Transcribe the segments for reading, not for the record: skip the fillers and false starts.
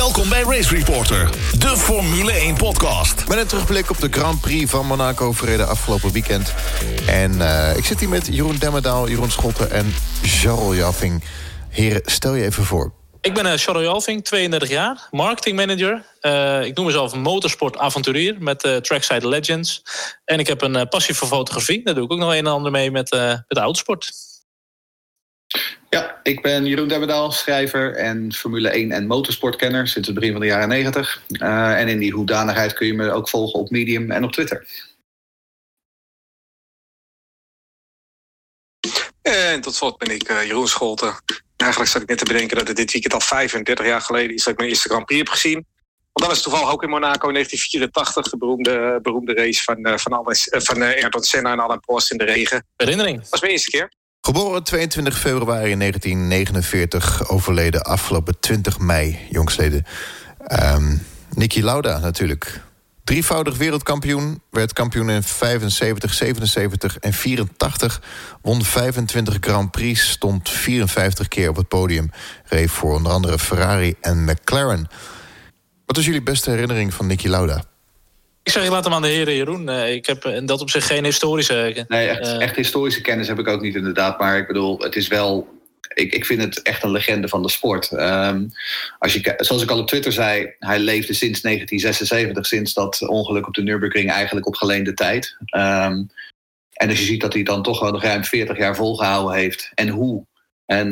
Welkom bij Race Reporter, de Formule 1 podcast. Met een terugblik op de Grand Prix van Monaco verreden afgelopen weekend. En ik zit hier met Jeroen Demmerdaal, Jeroen Schotten en Charles Jalving. Heren, stel je even voor. Ik ben Charles Jalving, 32 jaar, marketingmanager. Ik noem mezelf een motorsportavonturier met Trackside Legends. En ik heb een passie voor fotografie. Daar doe ik ook nog een en ander mee met autosport. Ja, ik ben Jeroen Demmerdaal, schrijver en Formule 1 en motorsportkenner sinds het begin van de jaren 90. En in die hoedanigheid kun je me ook volgen op Medium en op Twitter. En tot slot ben ik Jeroen Scholten. Eigenlijk zat ik net te bedenken dat het dit weekend al 35 jaar geleden is dat ik mijn eerste Grand Prix heb gezien. Want dat was toevallig ook in Monaco in 1984, de beroemde race van Ayrton Senna en Alain Prost in de regen. Herinnering. Dat was mijn eerste keer. Geboren 22 februari 1949, overleden afgelopen 20 mei, jongsleden. Niki Lauda natuurlijk. Drievoudig wereldkampioen, werd kampioen in 75, 77 en 84. Won 25 Grand Prix, stond 54 keer op het podium. Reed voor onder andere Ferrari en McLaren. Wat is jullie beste herinnering van Niki Lauda? Ik zeg, laat hem aan de heren, Jeroen. Ik heb in dat opzicht geen historische... Nee, echt historische kennis heb ik ook niet inderdaad. Maar ik bedoel, het is wel... Ik vind het echt een legende van de sport. Zoals ik al op Twitter zei, hij leefde sinds 1976... sinds dat ongeluk op de Nürburgring eigenlijk op geleende tijd. En als je ziet dat hij dan toch wel nog ruim 40 jaar volgehouden heeft... en hoe. En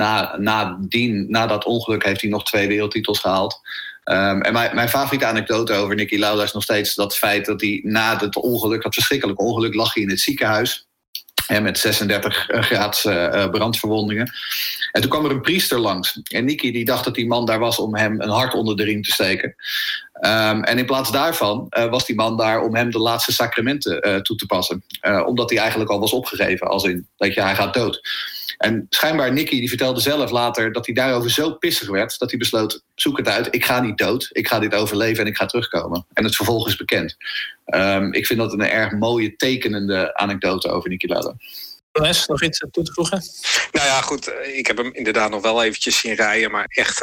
na dat ongeluk heeft hij nog 2 wereldtitels gehaald... En mijn favoriete anekdote over Niki Lauda is nog steeds dat feit dat hij na het ongeluk, dat verschrikkelijke ongeluk, lag hij in het ziekenhuis. Met 36 graads brandverwondingen. En toen kwam er een priester langs. En Niki die dacht dat die man daar was om hem een hart onder de riem te steken. En in plaats daarvan was die man daar om hem de laatste sacramenten toe te passen. Omdat hij eigenlijk al was opgegeven, als in, weet je, hij gaat dood. En schijnbaar Niki die vertelde zelf later dat hij daarover zo pissig werd... dat hij besloot, zoek het uit, ik ga niet dood. Ik ga dit overleven en ik ga terugkomen. En het vervolg is bekend. Ik vind dat een erg mooie, tekenende anekdote over Niki Lauda. Les, nog iets toe te voegen? Nou ja, goed. Ik heb hem inderdaad nog wel eventjes zien rijden. Maar echt...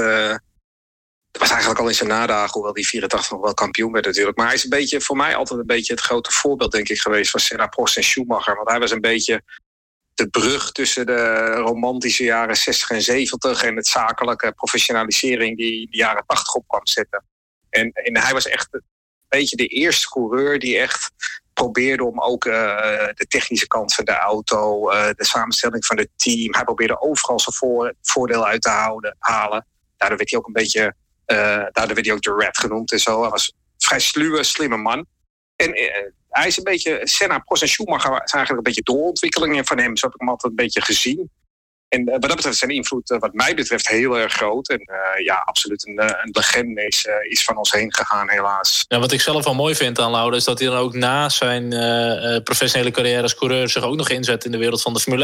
Het was eigenlijk al in zijn nadagen, hoewel die 84 nog wel kampioen werd natuurlijk. Maar hij is voor mij altijd een beetje het grote voorbeeld, denk ik, geweest... van Senna, Prost en Schumacher. Want hij was een beetje... de brug tussen de romantische jaren 60 en 70... en het zakelijke professionalisering die de jaren 80 op kwam zetten. En hij was echt een beetje de eerste coureur die echt probeerde om ook de technische kant van de auto... de samenstelling van het team. Hij probeerde overal zijn voordeel uit te halen. Daardoor werd hij ook een beetje... daardoor werd hij ook de Red genoemd en zo. Hij was een vrij sluwe, slimme man. En hij is een beetje... Senna, Prost en Schumacher zijn eigenlijk een beetje doorontwikkelingen van hem. Zo heb ik hem altijd een beetje gezien. En wat dat betreft zijn invloed wat mij betreft heel erg groot. En absoluut een legende is van ons heen gegaan, helaas. Ja, wat ik zelf wel mooi vind aan Lauda is dat hij dan ook na zijn professionele carrière als coureur zich ook nog inzet in de wereld van de Formule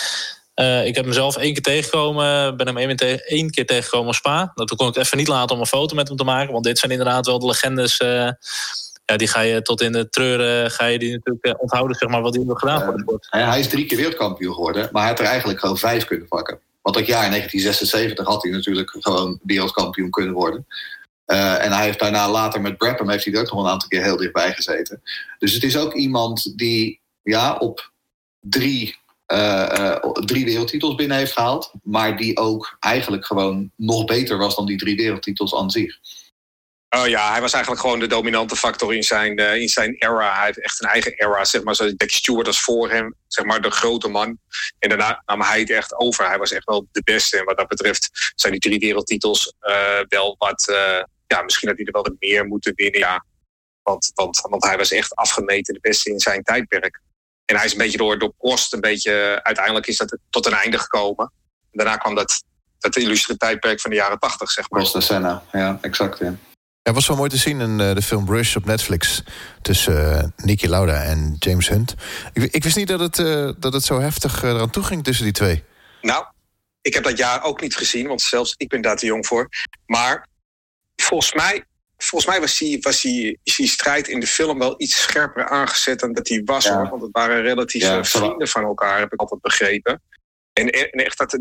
1. Ik heb hem zelf 1 keer tegengekomen. Ben hem 1 keer tegengekomen op Spa. Toen kon ik het even niet laten om een foto met hem te maken. Want dit zijn inderdaad wel de legendes... die ga je tot in de treuren ga je die natuurlijk onthouden, zeg maar, wat hij nog gedaan voor de sport. Hij is 3 keer wereldkampioen geworden, maar hij had er eigenlijk gewoon 5 kunnen pakken. Want dat jaar in 1976 had hij natuurlijk gewoon wereldkampioen kunnen worden. En hij heeft daarna later met Brabham heeft hij er ook nog een aantal keer heel dichtbij gezeten. Dus het is ook iemand die op 3 wereldtitels binnen heeft gehaald, maar die ook eigenlijk gewoon nog beter was dan die 3 wereldtitels aan zich. Oh ja, hij was eigenlijk gewoon de dominante factor in zijn era. Hij heeft echt een eigen era, zeg maar. Zoals Becky Stewart als voor hem, zeg maar, de grote man. En daarna nam hij het echt over. Hij was echt wel de beste. En wat dat betreft zijn die 3 wereldtitels wel wat... misschien had hij er wel wat meer moeten winnen, ja. Want hij was echt afgemeten de beste in zijn tijdperk. En hij is een beetje door Prost een beetje... Uiteindelijk is dat tot een einde gekomen. En daarna kwam dat illustre tijdperk van de jaren 80, zeg maar. Prost en Senna, ja, exact, ja. Het was wel mooi te zien in de film Rush op Netflix... tussen Niki Lauda en James Hunt. Ik wist niet dat het zo heftig eraan toe ging tussen die 2. Nou, ik heb dat jaar ook niet gezien... want zelfs ik ben daar te jong voor. Maar volgens mij was die strijd in de film... wel iets scherper aangezet dan dat hij was. Ja. Hoor, want het waren relatief vrienden van elkaar, heb ik altijd begrepen. En echt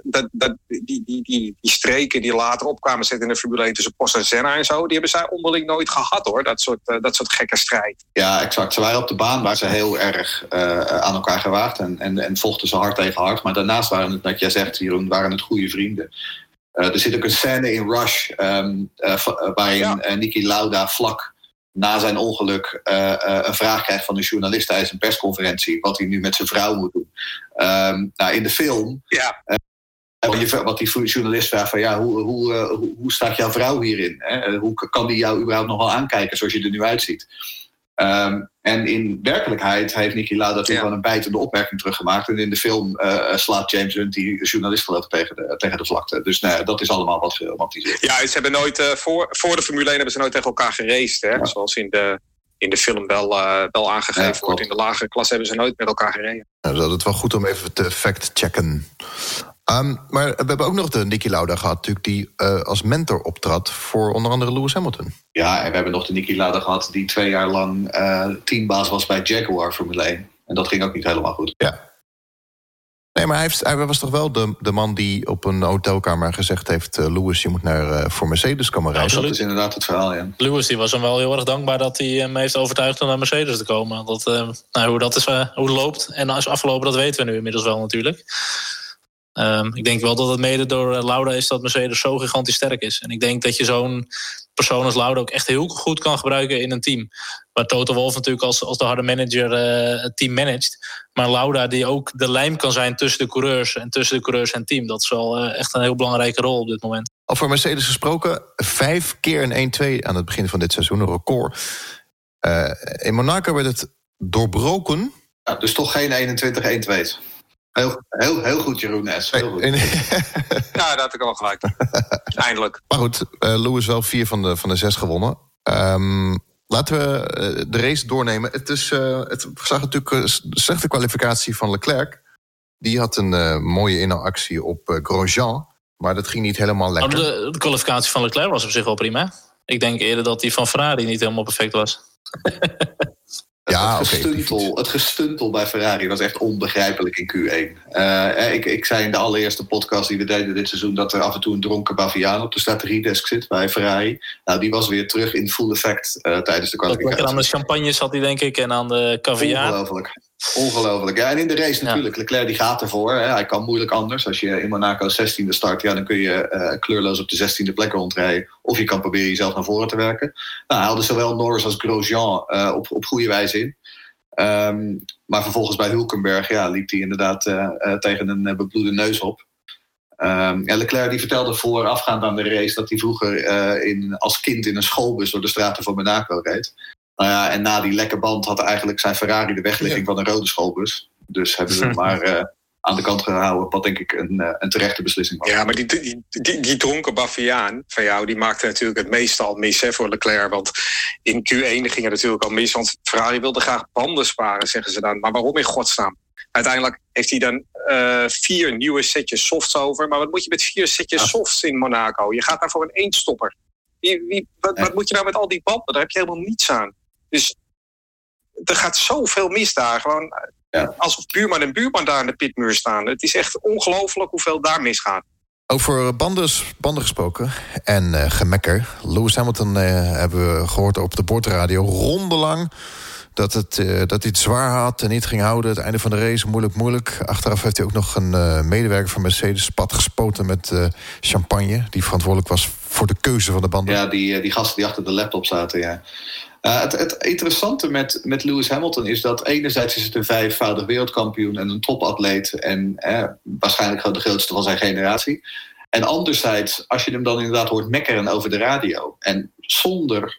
die streken die later opkwamen zitten in de Formule 1 tussen Prost en Senna en zo, die hebben zij onderling nooit gehad, hoor. Dat soort gekke strijd. Ja, exact. Ze waren op de baan waar ze heel erg aan elkaar gewaagd en vochten ze hard tegen hard. Maar daarnaast waren het, wat jij zegt, Jeroen, waren het goede vrienden. Er zit ook een scène in Rush waarin Niki Lauda vlak na zijn ongeluk een vraag krijgt van een journalist tijdens een persconferentie wat hij nu met zijn vrouw moet doen. In de film, wat die journalist vraagt van hoe staat jouw vrouw hierin? Hè? Hoe kan die jou überhaupt nog wel aankijken zoals je er nu uitziet? En in werkelijkheid heeft Niki Lauda toen gewoon een bijtende opmerking teruggemaakt. En in de film slaat James Hunt die journalist geloof ik tegen de vlakte. Dus dat is allemaal wat geromantiseerd. Ja, ze hebben nooit voor de Formule 1 hebben ze nooit tegen elkaar geraced. Hè? Ja. Zoals in de film wel aangegeven wordt. In de lagere klasse hebben ze nooit met elkaar gereden. Nou, dat is wel goed om even te fact-checken. Maar we hebben ook nog de Niki Lauda gehad, natuurlijk, die als mentor optrad voor onder andere Lewis Hamilton. Ja, en we hebben nog de Niki Lauda gehad die 2 jaar lang teambaas was bij Jaguar Formule 1. En dat ging ook niet helemaal goed. Ja. Nee, maar hij was toch wel de man die op een hotelkamer gezegd heeft, Lewis, je moet voor Mercedes komen rijden. Ja, dat is inderdaad het verhaal, ja. Lewis die was hem wel heel erg dankbaar dat hij hem heeft overtuigd om naar Mercedes te komen. Hoe het loopt en is afgelopen, dat weten we nu inmiddels wel natuurlijk. Ik denk wel dat het mede door Lauda is dat Mercedes zo gigantisch sterk is. En ik denk dat je zo'n persoon als Lauda ook echt heel goed kan gebruiken in een team. Waar Toto Wolff natuurlijk als de harde manager het team managt. Maar Lauda die ook de lijm kan zijn tussen de coureurs en en het team. Dat is wel echt een heel belangrijke rol op dit moment. Al voor Mercedes gesproken, 5 keer een 1-2 aan het begin van dit seizoen, een record. In Monaco werd het doorbroken. Ja, dus toch geen 21-1-2's. Heel goed, Jeroen S. Heel goed. Ja, dat had ik al gelijk. Eindelijk. Maar goed, Lewis wel 4 van de 6 gewonnen. Laten we de race doornemen. Het zag natuurlijk een slechte kwalificatie van Leclerc. Die had een mooie inhaalactie op Grosjean. Maar dat ging niet helemaal lekker. De kwalificatie van Leclerc was op zich wel prima. Ik denk eerder dat die van Ferrari niet helemaal perfect was. Ja, het gestuntel bij Ferrari was echt onbegrijpelijk in Q1. Ik zei in de allereerste podcast die we deden dit seizoen dat er af en toe een dronken baviaan op de strategiedesk zit bij Ferrari. Nou, die was weer terug in full effect tijdens de kwalificatie. Lekker aan de champagne zat hij, denk ik, en aan de caviar. Ongelooflijk. Ja, en in de race natuurlijk. Leclerc die gaat ervoor. Hè. Hij kan moeilijk anders. Als je in Monaco 16e start, dan kun je kleurloos op de 16e plek rondrijden. Of je kan proberen jezelf naar voren te werken. Nou, hij haalde zowel Norris als Grosjean op goede wijze in. Maar vervolgens bij Hülkenberg liep hij inderdaad tegen een bebloede neus op. Leclerc die vertelde voorafgaand aan de race dat hij vroeger als kind in een schoolbus door de straten van Monaco reed. En na die lekke band had eigenlijk zijn Ferrari de wegligging van een rode schoolbus. Dus hebben ze hem maar aan de kant gehouden, wat denk ik een terechte beslissing was. Ja, maar die dronken baviaan van jou, die maakte natuurlijk het meeste al mis voor Leclerc. Want in Q1 ging het natuurlijk al mis, want Ferrari wilde graag banden sparen, zeggen ze dan. Maar waarom in godsnaam? Uiteindelijk heeft hij dan 4 nieuwe setjes softs over. Maar wat moet je met 4 setjes softs in Monaco? Je gaat daar voor een eendstopper. Wat moet je nou met al die banden? Daar heb je helemaal niets aan. Dus er gaat zoveel mis daar. Gewoon alsof buurman en buurman daar aan de pitmuur staan. Het is echt ongelooflijk hoeveel daar misgaat. Over banden gesproken en gemekker. Lewis Hamilton hebben we gehoord op de bordradio rondenlang dat hij het zwaar had en niet ging houden. Het einde van de race, moeilijk. Achteraf heeft hij ook nog een medewerker van Mercedes pad gespoten met champagne, die verantwoordelijk was voor de keuze van de banden. Ja, die gasten die achter de laptop zaten, ja. Het interessante met Lewis Hamilton is dat enerzijds is het een 5-voudig wereldkampioen en een topatleet en waarschijnlijk gewoon de grootste van zijn generatie. En anderzijds, als je hem dan inderdaad hoort mekkeren over de radio en zonder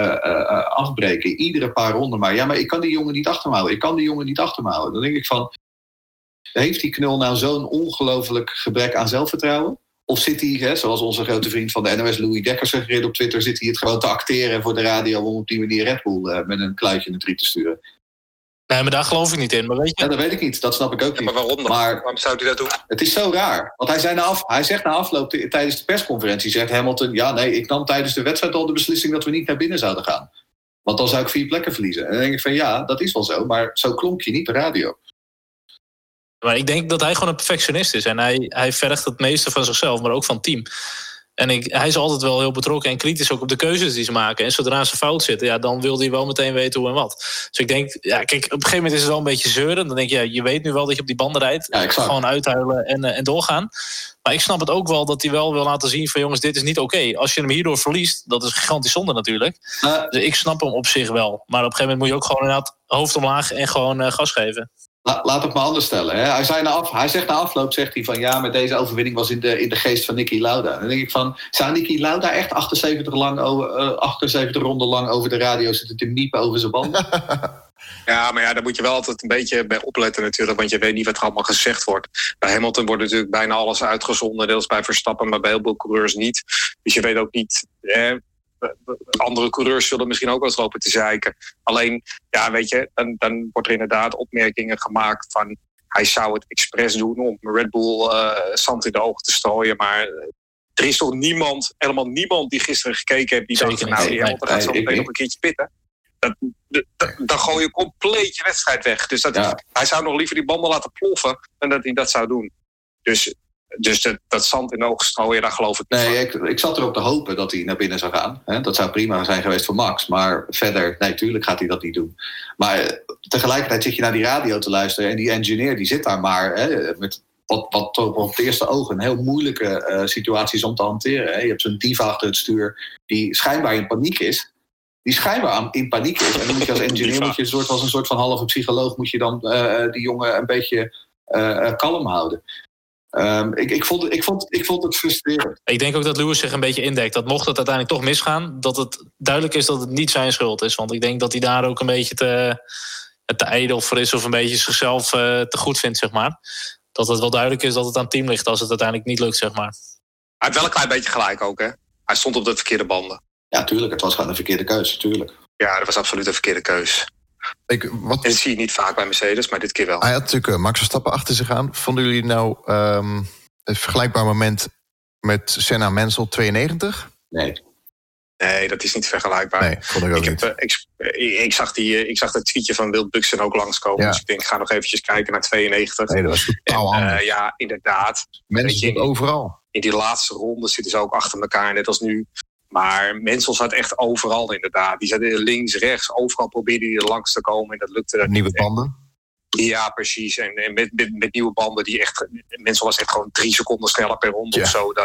afbreken, iedere paar ronden maar ik kan die jongen niet achterhouden. Dan denk ik van, heeft die knul nou zo'n ongelooflijk gebrek aan zelfvertrouwen? Of zit hij, zoals onze grote vriend van de NOS, Louis Dekker, suggereert op Twitter, zit hij het gewoon te acteren voor de radio om op die manier Red Bull met een kluitje in het riet te sturen? Nee, maar daar geloof ik niet in. Maar weet je... Ja, dat weet ik niet. Dat snap ik ook niet. Maar waarom dan? Waarom zou hij dat doen? Het is zo raar. Want hij zegt na afloop tijdens de persconferentie, zegt Hamilton, ik nam tijdens de wedstrijd al de beslissing dat we niet naar binnen zouden gaan. Want dan zou ik 4 plekken verliezen. En dan denk ik van dat is wel zo. Maar zo klonk je niet op de radio. Maar ik denk dat hij gewoon een perfectionist is. En hij vergt het meeste van zichzelf, maar ook van het team. En hij is altijd wel heel betrokken en kritisch ook op de keuzes die ze maken. En zodra ze fout zitten, dan wil hij wel meteen weten hoe en wat. Dus ik denk, kijk, op een gegeven moment is het wel een beetje zeuren. Dan denk je, je weet nu wel dat je op die banden rijdt. Ja, gewoon uithuilen en doorgaan. Maar ik snap het ook wel dat hij wel wil laten zien van... jongens, dit is niet oké. Als je hem hierdoor verliest, dat is gigantisch zonde natuurlijk. Dus ik snap hem op zich wel. Maar op een gegeven moment moet je ook gewoon inderdaad hoofd omlaag... en gewoon gas geven. Laat het maar anders stellen. Hè. Hij zegt na afloop, zegt hij van... ja, met deze overwinning was in de geest van Niki Lauda. Dan denk ik van, zou Niki Lauda echt 78 ronden lang over de radio zitten te miepen over zijn banden? Ja, maar daar moet je wel altijd een beetje bij opletten natuurlijk. Want je weet niet wat er allemaal gezegd wordt. Bij Hamilton wordt natuurlijk bijna alles uitgezonden. Deels bij Verstappen, maar bij heel veel coureurs niet. Dus je weet ook niet... andere coureurs zullen misschien ook wel eens lopen te zeiken. Alleen, weet je, dan wordt er inderdaad opmerkingen gemaakt van... hij zou het expres doen om Red Bull zand in de ogen te strooien. Maar er is toch helemaal niemand die gisteren gekeken heeft... die dacht, die Hamilton gaat zo meteen nog een keertje pitten. Dan gooi je compleet je wedstrijd weg. Dus hij zou nog liever die banden laten ploffen... dan dat hij dat zou doen. Dus dat zand in de ogen strooien, daar geloof ik niet van. Nee, ik zat erop te hopen dat hij naar binnen zou gaan. Dat zou prima zijn geweest voor Max. Maar verder, nee, tuurlijk gaat hij dat niet doen. Maar tegelijkertijd zit je naar die radio te luisteren... en die engineer die zit daar maar... met wat op het eerste oog een heel moeilijke situatie is om te hanteren. Je hebt zo'n diva achter het stuur die schijnbaar in paniek is... En dan moet je als engineer als een soort van halve psycholoog... moet je dan die jongen een beetje kalm houden. Ik vond het frustrerend. Ik denk ook dat Lewis zich een beetje indekt. Dat mocht het uiteindelijk toch misgaan... dat het duidelijk is dat het niet zijn schuld is. Want ik denk dat hij daar ook een beetje te ijdel voor is... of een beetje zichzelf te goed vindt, zeg maar. Dat het wel duidelijk is dat het aan het team ligt... als het uiteindelijk niet lukt, zeg maar. Hij heeft wel een klein beetje gelijk ook, hè? Hij stond op de verkeerde banden. Ja, tuurlijk. Het was gewoon een verkeerde keuze, tuurlijk. Ja, dat was absoluut een verkeerde keuze. Dat zie je niet vaak bij Mercedes, maar dit keer wel. Hij had natuurlijk Max Verstappen achter zich aan. Vonden jullie nou een vergelijkbaar moment met Senna Mansell 92? Nee, dat is niet vergelijkbaar. Nee, vond ik ook niet. Ik zag het tweetje van Will Buxton ook langskomen. Ja. Dus ik denk, ik ga nog eventjes kijken naar 92. Nee, dat was totaal anders. Ja, inderdaad. Mensen zitten overal. In die laatste ronde zitten ze ook achter elkaar, net als nu. Maar Mansell zat echt overal inderdaad. Die zat links, rechts, overal probeerde hij er langs te komen. En dat lukte. Nieuwe banden? Ja, precies. En met nieuwe banden die echt... Mansell was echt gewoon 3 seconden sneller per ronde of zo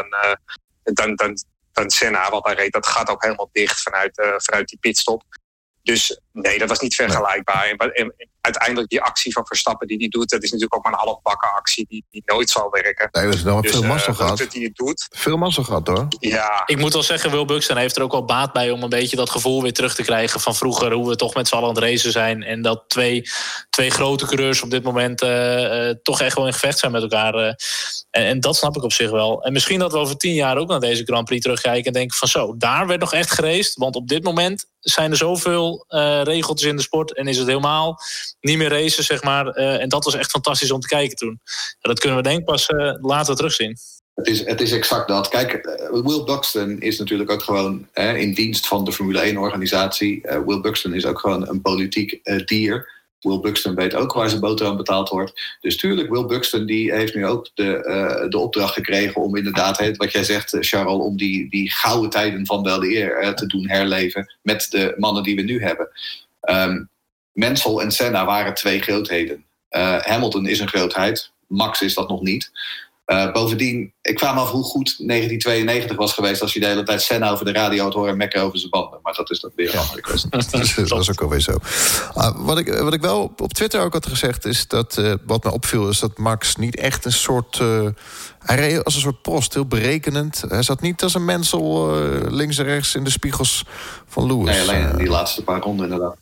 dan Senna. Wat hij reed, dat gaat ook helemaal dicht vanuit die pitstop. Dus nee, dat was niet vergelijkbaar. En uiteindelijk die actie van Verstappen die hij doet... dat is natuurlijk ook maar een halfbakken actie die nooit zal werken. Nee, dat is nog veel mazzel gehad. Dat hij het doet. Veel mazzel gehad, hoor. Ja. Ik moet wel zeggen, Will Buxton heeft er ook wel baat bij... om een beetje dat gevoel weer terug te krijgen van vroeger... hoe we toch met z'n allen aan het racen zijn... en dat twee grote coureurs op dit moment... toch echt wel in gevecht zijn met elkaar. En dat snap ik op zich wel. En misschien dat we over 10 jaar ook naar deze Grand Prix terugkijken... en denken van zo, daar werd nog echt geraced. Want op dit moment zijn er zoveel regeltjes in de sport... en is het helemaal niet meer racen, zeg maar. En dat was echt fantastisch om te kijken toen. Dat kunnen we denk ik pas later terugzien. Het is exact dat. Kijk, Will Buxton is natuurlijk ook gewoon in dienst van de Formule 1-organisatie. Will Buxton is ook gewoon een politiek dier. Will Buxton weet ook waar zijn boterham betaald wordt. Dus tuurlijk, Will Buxton die heeft nu ook de opdracht gekregen... om inderdaad, wat jij zegt, Charles... om die gouden tijden van wel de eer te doen herleven... met de mannen die we nu hebben. Mansell en Senna waren 2 grootheden. Hamilton is een grootheid. Max is dat nog niet. Bovendien, ik kwam af hoe goed 1992 was geweest... als je de hele tijd Senna over de radio had horen mekken over zijn banden. Maar dat is dan weer een andere kwestie. Dat is ook alweer zo. Wat ik wel op Twitter ook had gezegd... is dat wat me opviel is dat Max niet echt een soort... hij reed als een soort post, heel berekenend. Hij zat niet als een Mansell links en rechts in de spiegels van Lewis. Nee, alleen in die laatste paar ronden inderdaad.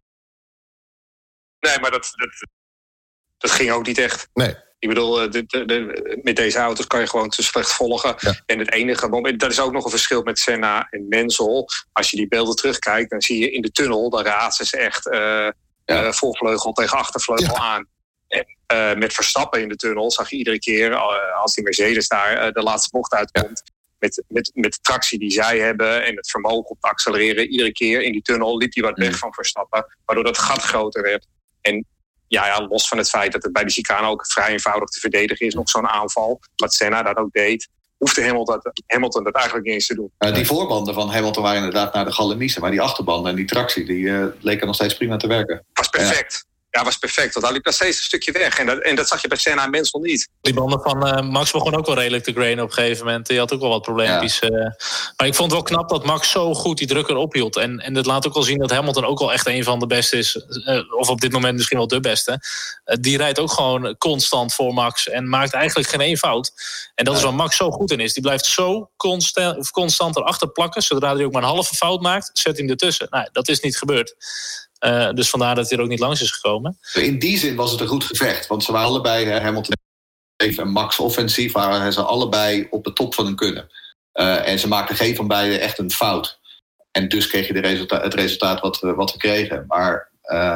Nee, maar dat ging ook niet echt. Nee. Ik bedoel, met deze auto's kan je gewoon te slecht volgen. Ja. En het enige moment, dat is ook nog een verschil met Senna en Mansell. Als je die beelden terugkijkt, dan zie je in de tunnel... dan raatsen ze echt voorvleugel tegen achtervleugel aan. En met Verstappen in de tunnel zag je iedere keer... als die Mercedes daar de laatste bocht uitkomt... Met de tractie die zij hebben en het vermogen om te accelereren... iedere keer in die tunnel liep hij wat weg van Verstappen... waardoor dat gat groter werd. En ja, los van het feit dat het bij de chicane ook vrij eenvoudig te verdedigen is, nog zo'n aanval, wat Senna dat ook deed, hoefde Hamilton dat eigenlijk niet eens te doen. Die voorbanden van Hamilton waren inderdaad naar de galamiezen, maar die achterbanden en die tractie, die leken nog steeds prima te werken. Was perfect. Ja, was perfect. Want hij liep nog steeds een stukje weg. En dat zag je bij Senna en Mansell niet. Die banden van Max begon ook wel redelijk te grainen op een gegeven moment. Die had ook wel wat probleempjes. Ja. Maar ik vond het wel knap dat Max zo goed die druk erop hield. En dat laat ook wel zien dat Hamilton ook wel echt een van de beste is. Of op dit moment misschien wel de beste. Die rijdt ook gewoon constant voor Max. En maakt eigenlijk geen één fout. En dat is waar Max zo goed in is. Die blijft zo constant erachter plakken. Zodra hij ook maar een halve fout maakt, zet hij hem ertussen. Nou, dat is niet gebeurd. Dus vandaar dat hij er ook niet langs is gekomen. In die zin was het een goed gevecht. Want ze waren allebei, Hamilton en Max offensief, waren ze allebei op de top van hun kunnen. En ze maakten geen van beiden echt een fout. En dus kreeg je het resultaat wat we kregen. Maar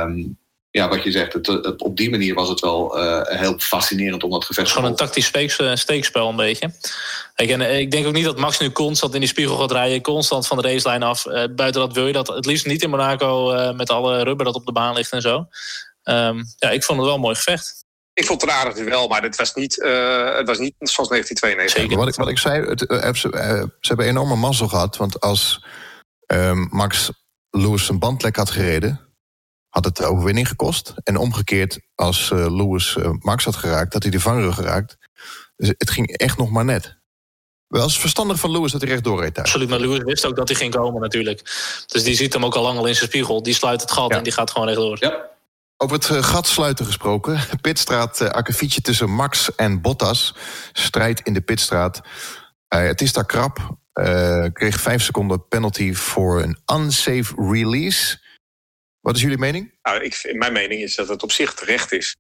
wat je zegt, op die manier was het wel heel fascinerend om dat gevecht te gewoon een tactisch steekspel een beetje. Ik denk ook niet dat Max nu constant in die spiegel gaat rijden, constant van de racelijn af. Buiten dat wil je dat het liefst niet in Monaco met alle rubber dat op de baan ligt en zo. Ik vond het wel een mooi gevecht. Ik vond het een aardig duel, maar het was niet zoals 1992. Zeker. Wat ik zei, ze hebben enorme mazzel gehad. Want als Max Lewis een bandlek had gereden, had het de overwinning gekost. En omgekeerd, als Lewis Max had geraakt, had hij de vangrail geraakt. Dus het ging echt nog maar net. Wel is verstandig van Lewis dat hij rechtdoor reed. Absoluut, maar Lewis wist ook dat hij ging komen natuurlijk. Dus die ziet hem ook al lang al in zijn spiegel. Die sluit het gat en die gaat gewoon rechtdoor. Ja. Over het gat sluiten gesproken. Pitstraat, akkefietje tussen Max en Bottas. Strijd in de pitstraat. Het is daar krap. Kreeg 5 seconden penalty voor een unsafe release. Wat is jullie mening? Mijn mening is dat het op zich terecht is.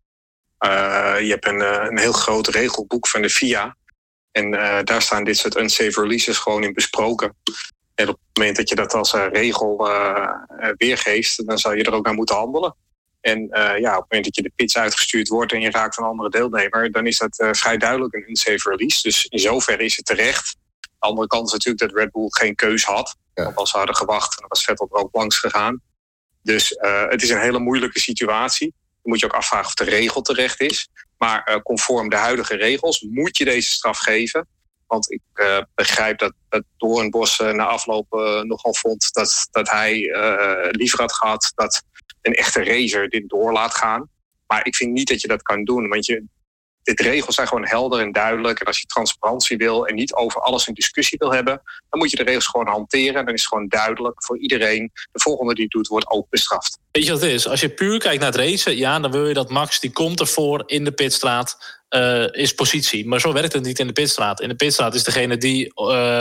Je hebt een heel groot regelboek van de FIA. En daar staan dit soort unsafe releases gewoon in besproken. En op het moment dat je dat als regel weergeeft, dan zou je er ook aan moeten handelen. En op het moment dat je de pits uitgestuurd wordt en je raakt een andere deelnemer, dan is dat vrij duidelijk een unsafe release. Dus in zoverre is het terecht. Aan de andere kant is natuurlijk dat Red Bull geen keus had. Ja. Want als ze hadden gewacht, dan was Vettel er ook langs gegaan. Dus het is een hele moeilijke situatie. Dan moet je ook afvragen of de regel terecht is. Maar conform de huidige regels moet je deze straf geven. Want ik begrijp dat Doornbos na afloop nogal vond dat hij liever had gehad dat een echte racer dit door laat gaan. Maar ik vind niet dat je dat kan doen. Want de regels zijn gewoon helder en duidelijk. En als je transparantie wil en niet over alles een discussie wil hebben, dan moet je de regels gewoon hanteren. Dan is het gewoon duidelijk voor iedereen. De volgende die het doet, wordt ook bestraft. Weet je wat het is? Als je puur kijkt naar het racen, dan wil je dat Max, die komt ervoor in de pitstraat, is positie. Maar zo werkt het niet in de pitstraat. In de pitstraat is degene die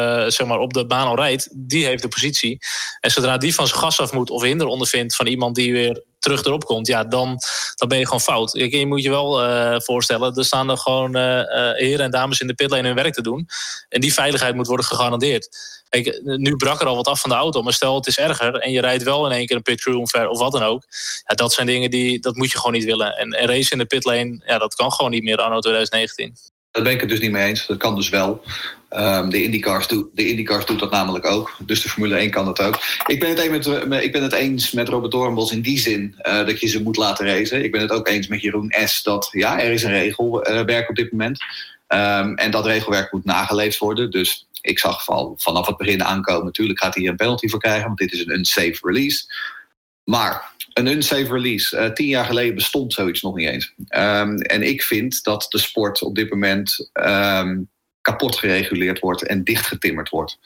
op de baan al rijdt, die heeft de positie. En zodra die van zijn gas af moet of hinder ondervindt van iemand die weer terug erop komt, dan ben je gewoon fout. Je moet je wel voorstellen, er staan er gewoon heren en dames in de pitlane hun werk te doen. En die veiligheid moet worden gegarandeerd. Kijk, nu brak er al wat af van de auto, maar stel het is erger en je rijdt wel in één keer een pitcrew omver of wat dan ook. Ja, dat zijn dingen dat moet je gewoon niet willen. En race in de pitlane, dat kan gewoon niet meer anno 2019. Daar ben ik het dus niet mee eens. Dat kan dus wel. De IndyCars doet dat namelijk ook. Dus de Formule 1 kan dat ook. Ik ben het eens met Robert Doornbos in die zin dat je ze moet laten racen. Ik ben het ook eens met Jeroen S. dat er is een regelwerk op dit moment. En dat regelwerk moet nageleefd worden. Dus ik zag vanaf het begin aankomen, natuurlijk gaat hij hier een penalty voor krijgen, want dit is een unsafe release. Maar een unsafe release, 10 jaar geleden bestond zoiets nog niet eens. En ik vind dat de sport op dit moment kapot gereguleerd wordt en dichtgetimmerd wordt.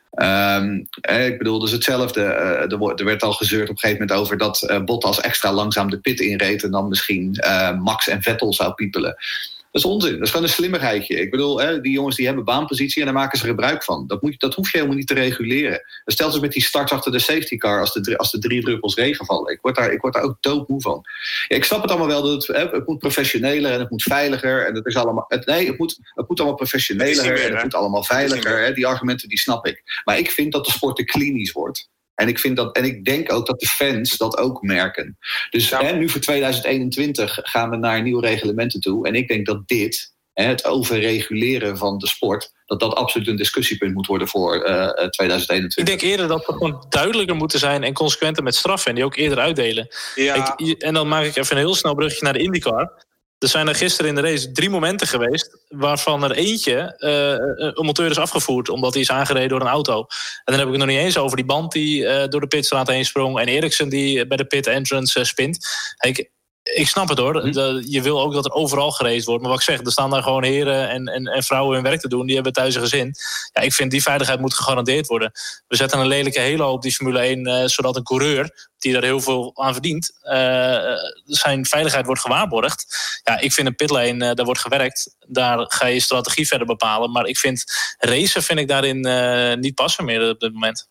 Ik bedoel, dus hetzelfde. Er werd al gezeurd op een gegeven moment over dat Bottas extra langzaam de pit inreed en dan misschien Max en Vettel zou piepelen. Dat is onzin. Dat is gewoon een slimmigheidje. Ik bedoel, die jongens die hebben baanpositie en daar maken ze gebruik van. Dat hoef je helemaal niet te reguleren. Stel ze met die starts achter de safety car als de 3 druppels regen vallen. Ik word daar ook doodmoe van. Ja, ik snap het allemaal wel. Dat het moet professioneler en het moet veiliger. En het is allemaal. Het moet allemaal professioneler en het moet allemaal veiliger. Die argumenten die snap ik. Maar ik vind dat de sport te klinisch wordt. En ik denk ook dat de fans dat ook merken. Dus nu voor 2021 gaan we naar nieuwe reglementen toe. En ik denk dat dit het overreguleren van de sport, dat absoluut een discussiepunt moet worden voor 2021. Ik denk eerder dat we gewoon duidelijker moeten zijn en consequenter met straffen en die ook eerder uitdelen. Ja. En dan maak ik even een heel snel bruggetje naar de IndyCar. Er zijn er gisteren in de race 3 momenten geweest, waarvan er eentje een monteur is afgevoerd omdat hij is aangereden door een auto. En dan heb ik het nog niet eens over die band die door de pitstraat heen sprong en Ericsson die bij de pit entrance spint. Ik snap het hoor. Je wil ook dat er overal geraced wordt. Maar wat ik zeg, er staan daar gewoon heren en vrouwen hun werk te doen. Die hebben thuis een gezin. Ja, ik vind die veiligheid moet gegarandeerd worden. We zetten een lelijke halo op die Formule 1... zodat een coureur, die daar heel veel aan verdient... zijn veiligheid wordt gewaarborgd. Ja, ik vind een pitlane, daar wordt gewerkt. Daar ga je strategie verder bepalen. Maar ik vind racen vind ik daarin niet passen meer op dit moment.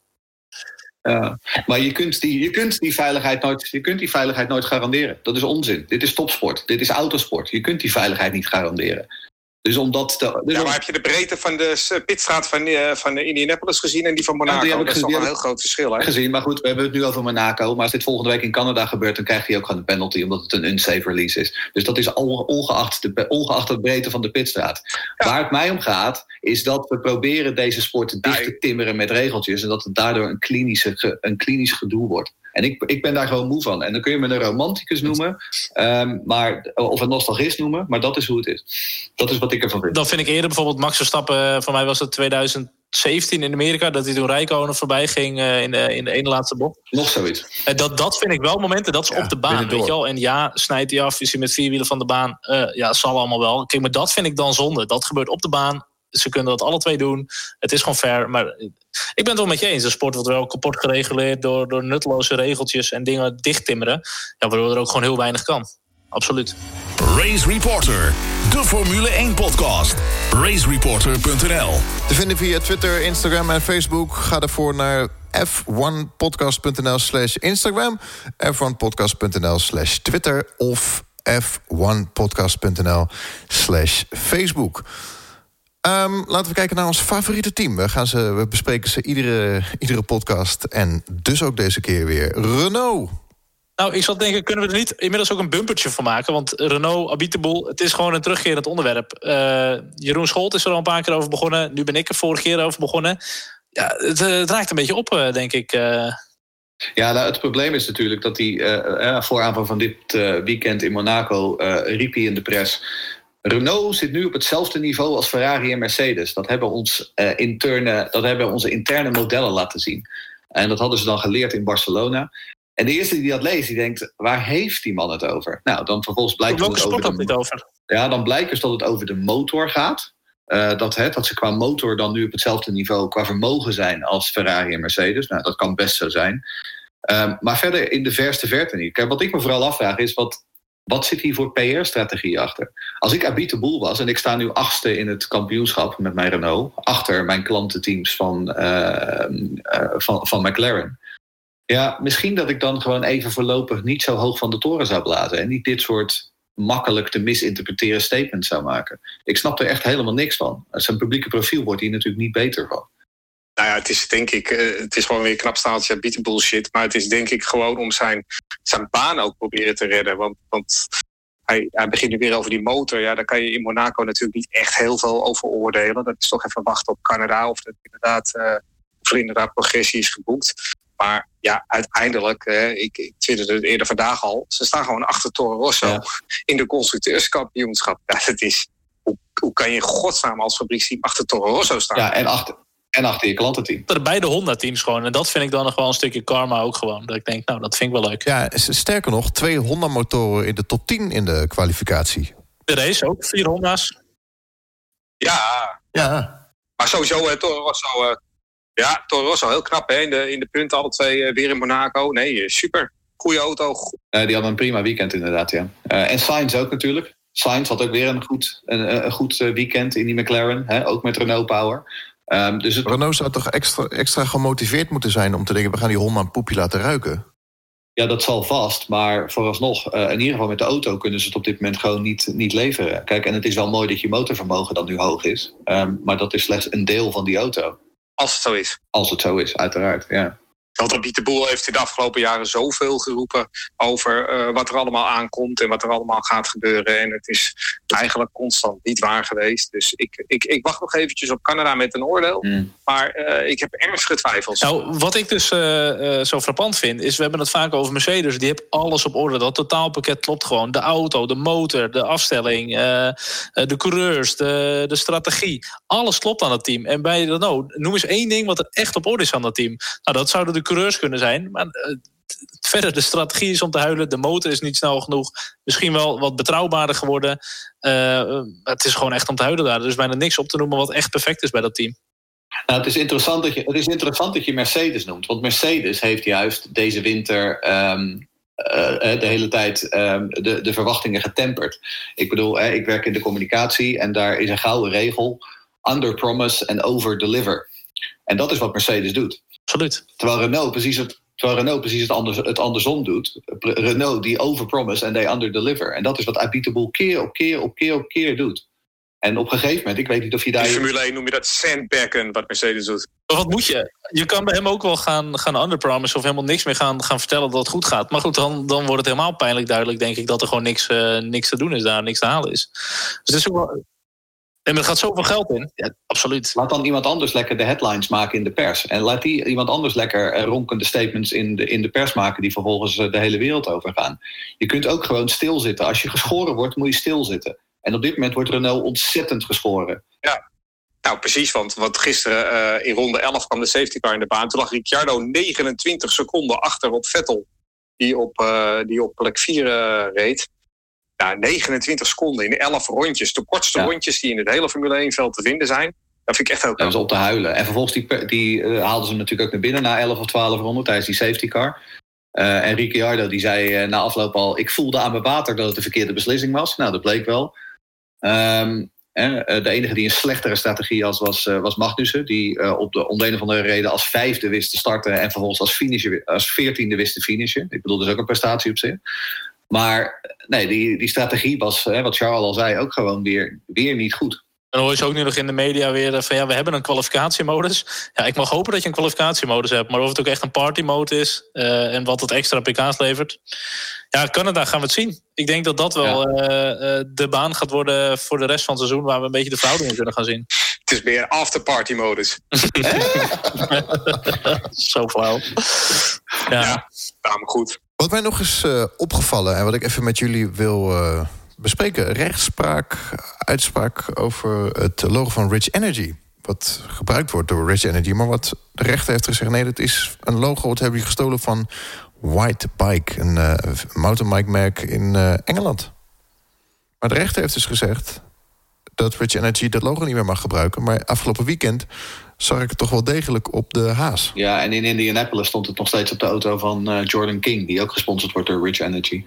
Maar je kunt die veiligheid nooit garanderen. Dat is onzin. Dit is topsport. Dit is autosport. Je kunt die veiligheid niet garanderen. Dus maar heb je de breedte van de pitstraat van Indianapolis gezien en die van Monaco? Ja, dat is toch een heel groot verschil. Hè? Gezien, maar goed, we hebben het nu over Monaco. Maar als dit volgende week in Canada gebeurt, dan krijgt hij ook gewoon een penalty, omdat het een unsafe release is. Dus dat is ongeacht de breedte van de pitstraat. Ja. Waar het mij om gaat, is dat we proberen deze sport dicht te timmeren met regeltjes en dat het daardoor een klinisch gedoe wordt. En ik ben daar gewoon moe van. En dan kun je me een romanticus noemen, of een nostalgist noemen, maar dat is hoe het is. Dat is wat ik ervan vind. Dan vind ik eerder bijvoorbeeld Max Verstappen, voor mij was het 2017 in Amerika, dat hij toen Rijkonen voorbij ging in de ene laatste bocht. Nog zoiets. Dat vind ik wel momenten, dat is op de baan, weet je wel. En ja, snijdt hij af, is hij met 4 wielen van de baan. Ja, zal allemaal wel. Kijk, maar dat vind ik dan zonde. Dat gebeurt op de baan. Ze kunnen dat alle twee doen. Het is gewoon fair. Maar ik ben het wel met je eens. De sport wordt wel kapot gereguleerd door nutteloze regeltjes en dingen dichttimmeren. Ja, waardoor er ook gewoon heel weinig kan. Absoluut. Race Reporter, de Formule 1 podcast. racereporter.nl. Te vinden via Twitter, Instagram en Facebook. Ga daarvoor naar f1podcast.nl/Instagram, f1podcast.nl/Twitter of f1podcast.nl/Facebook. Laten we kijken naar ons favoriete team. We bespreken ze iedere podcast. En dus ook deze keer weer Renault. Nou, ik zat denken, kunnen we er niet inmiddels ook een bumpertje van maken? Want Renault, Abiteboul, het is gewoon een terugkerend onderwerp. Jeroen Scholten is er al een paar keer over begonnen. Nu ben ik er vorige keer over begonnen. Ja, het raakt een beetje op, denk ik. Ja, nou, het probleem is natuurlijk dat hij voor aanvang van dit weekend in Monaco riep hij in de pers: Renault zit nu op hetzelfde niveau als Ferrari en Mercedes. Dat hebben onze interne modellen laten zien. En dat hadden ze dan geleerd in Barcelona. En de eerste die dat leest, die denkt: waar heeft die man het over? Nou, dan vervolgens blijkt welke sport had dit over? Ja, dan blijkt dus dat het over de motor gaat. Dat ze qua motor dan nu op hetzelfde niveau qua vermogen zijn als Ferrari en Mercedes. Nou, dat kan best zo zijn. Maar verder in de verste verte niet. Kijk, wat ik me vooral afvraag is: wat zit hier voor PR-strategie achter? Als ik Abiteboul was en ik sta nu 8e in het kampioenschap met mijn Renault, achter mijn klantenteams van McLaren. Ja, misschien dat ik dan gewoon even voorlopig niet zo hoog van de toren zou blazen en niet dit soort makkelijk te misinterpreteren statements zou maken. Ik snap er echt helemaal niks van. Zijn publieke profiel wordt hier natuurlijk niet beter van. Nou ja, het is denk ik, het is gewoon weer een knap staaltje bullshit. Maar het is denk ik gewoon om zijn baan ook proberen te redden. Want hij begint nu weer over die motor. Ja, daar kan je in Monaco natuurlijk niet echt heel veel over oordelen. Dat is toch even wachten op Canada of er inderdaad progressie is geboekt. Maar ja, uiteindelijk, ik twitterde het eerder vandaag al, ze staan gewoon achter Toro Rosso in de constructeurskampioenschap. Ja, dat is, hoe kan je in godsnaam als fabrieksteam achter Toro Rosso staan? Ja, en achter je klantenteam. Beide Honda-teams gewoon. En dat vind ik dan nog wel een stukje karma ook gewoon. Dat ik denk, nou, dat vind ik wel leuk. Ja, sterker nog, 2 Honda-motoren in de top 10 in de kwalificatie. De race ook, 4 Honda's. Ja. Maar sowieso, Toro Rosso... Toro Rosso, heel knap hè? In de punten, alle twee weer in Monaco. Nee, super. Goeie auto. Die hadden een prima weekend inderdaad, ja. En Sainz ook natuurlijk. Sainz had ook weer een goed weekend in die McLaren. Hè? Ook met Renault Power. Renault zou toch extra gemotiveerd moeten zijn om te denken: we gaan die Honda een poepje laten ruiken? Ja, dat zal vast. Maar vooralsnog, in ieder geval met de auto kunnen ze het op dit moment gewoon niet leveren. Kijk, en het is wel mooi dat je motorvermogen dan nu hoog is. Maar dat is slechts een deel van die auto. Als het zo is. Als het zo is, uiteraard, ja. Want Abiteboul heeft in de afgelopen jaren zoveel geroepen over wat er allemaal aankomt en wat er allemaal gaat gebeuren. En het is eigenlijk constant niet waar geweest. Dus ik wacht nog eventjes op Canada met een oordeel. Maar ik heb ernstige twijfels. Nou, wat ik dus zo frappant vind, is we hebben het vaak over Mercedes. Die heeft alles op orde. Dat totaalpakket klopt gewoon. De auto, de motor, de afstelling, de coureurs, de strategie. Alles klopt aan het team. En bij Renault, noem eens één ding wat er echt op orde is aan dat team. Nou, dat zouden de coureurs kunnen zijn. Maar verder, de strategie is om te huilen. De motor is niet snel genoeg. Misschien wel wat betrouwbaarder geworden. Het is gewoon echt om te huilen daar. Er is bijna niks op te noemen wat echt perfect is bij dat team. Nou, het is interessant dat je Mercedes noemt. Want Mercedes heeft juist deze winter de hele tijd de verwachtingen getemperd. Ik bedoel, ik werk in de communicatie en daar is een gouden regel. Under promise en over deliver. En dat is wat Mercedes doet. Absoluut. Terwijl Renault precies het andersom doet. Renault die overpromise en they underdeliver. En dat is wat Abiteboul keer op keer doet. En op een gegeven moment, ik weet niet of je daar... In Formule 1 noem je dat sandbaggen, wat Mercedes doet. Maar wat moet je? Je kan bij hem ook wel gaan underpromise of helemaal niks meer gaan vertellen dat het goed gaat. Maar goed, dan wordt het helemaal pijnlijk duidelijk, denk ik, dat er gewoon niks te doen is daar, niks te halen is. Dus het is ook wel... En er gaat zoveel geld in. Ja, absoluut. Laat dan iemand anders lekker de headlines maken in de pers. En laat iemand anders lekker ronkende statements in de pers maken die vervolgens de hele wereld overgaan. Je kunt ook gewoon stilzitten. Als je geschoren wordt, moet je stilzitten. En op dit moment wordt Renault ontzettend geschoren. Ja, nou precies. Want gisteren in ronde 11 kwam de safety car in de baan. Toen lag Ricciardo 29 seconden achter op Vettel. Die op plek 4 reed. Ja, 29 seconden in 11 rondjes. De kortste rondjes die in het hele Formule 1-veld te vinden zijn. Dat vind ik echt heel knap. Dat was om te huilen. En vervolgens die haalden ze natuurlijk ook naar binnen na 11 of 12 ronden tijdens die safety car. En Ricciardo die zei na afloop al... ik voelde aan mijn water dat het de verkeerde beslissing was. Nou, dat bleek wel. De enige die een slechtere strategie had was Magnussen. Die om de een of andere reden als 5e wist te starten... en vervolgens als 14e wist te finishen. Ik bedoel, dat is ook een prestatie op zich. Maar nee, die strategie was, wat Charles al zei, ook gewoon weer niet goed. En dan hoor je ook nu nog in de media weer van... we hebben een kwalificatiemodus. Ja, ik mag hopen dat je een kwalificatiemodus hebt. Maar of het ook echt een partymode is... en wat het extra pk's levert... Ja, Canada gaan we het zien. Ik denk dat dat wel de baan gaat worden voor de rest van het seizoen... waar we een beetje de verhoudingen kunnen gaan zien. Het is meer afterparty-modus. Zo flauw. Ja, maar goed. Wat mij nog is opgevallen en wat ik even met jullie wil bespreken... uitspraak over het logo van Rich Energy. Wat gebruikt wordt door Rich Energy. Maar wat de rechter heeft gezegd... nee, dat is een logo, wat hebben jullie gestolen van White Bike. Een mountainbike-merk in Engeland. Maar de rechter heeft dus gezegd... dat Rich Energy dat logo niet meer mag gebruiken. Maar afgelopen weekend zag ik het toch wel degelijk op de Haas. Ja, en in Indianapolis stond het nog steeds op de auto van Jordan King... die ook gesponsord wordt door Rich Energy.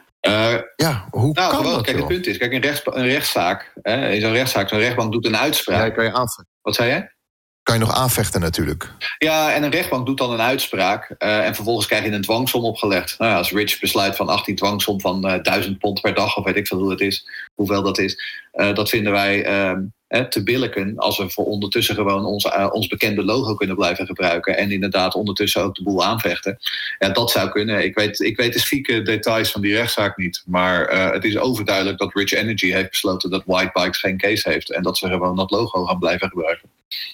Hoe kan gewoon, dat? Kijk, het punt is, een rechtszaak... in zo'n rechtszaak, zo'n rechtbank doet een uitspraak. Ja, kan je aanvechten. Wat zei jij? Kan je nog aanvechten natuurlijk. Ja, en een rechtbank doet dan een uitspraak... en vervolgens krijg je een dwangsom opgelegd. Nou ja, als Rich besluit van 18 dwangsom van £1000 per dag... of weet ik veel hoeveel dat is... dat vinden wij te billijken... als we voor ondertussen gewoon ons bekende logo kunnen blijven gebruiken... en inderdaad ondertussen ook de boel aanvechten. Ja, dat zou kunnen. Ik weet de spieke details van die rechtszaak niet. Maar het is overduidelijk dat Rich Energy heeft besloten... dat White Bikes geen case heeft... en dat ze gewoon dat logo gaan blijven gebruiken.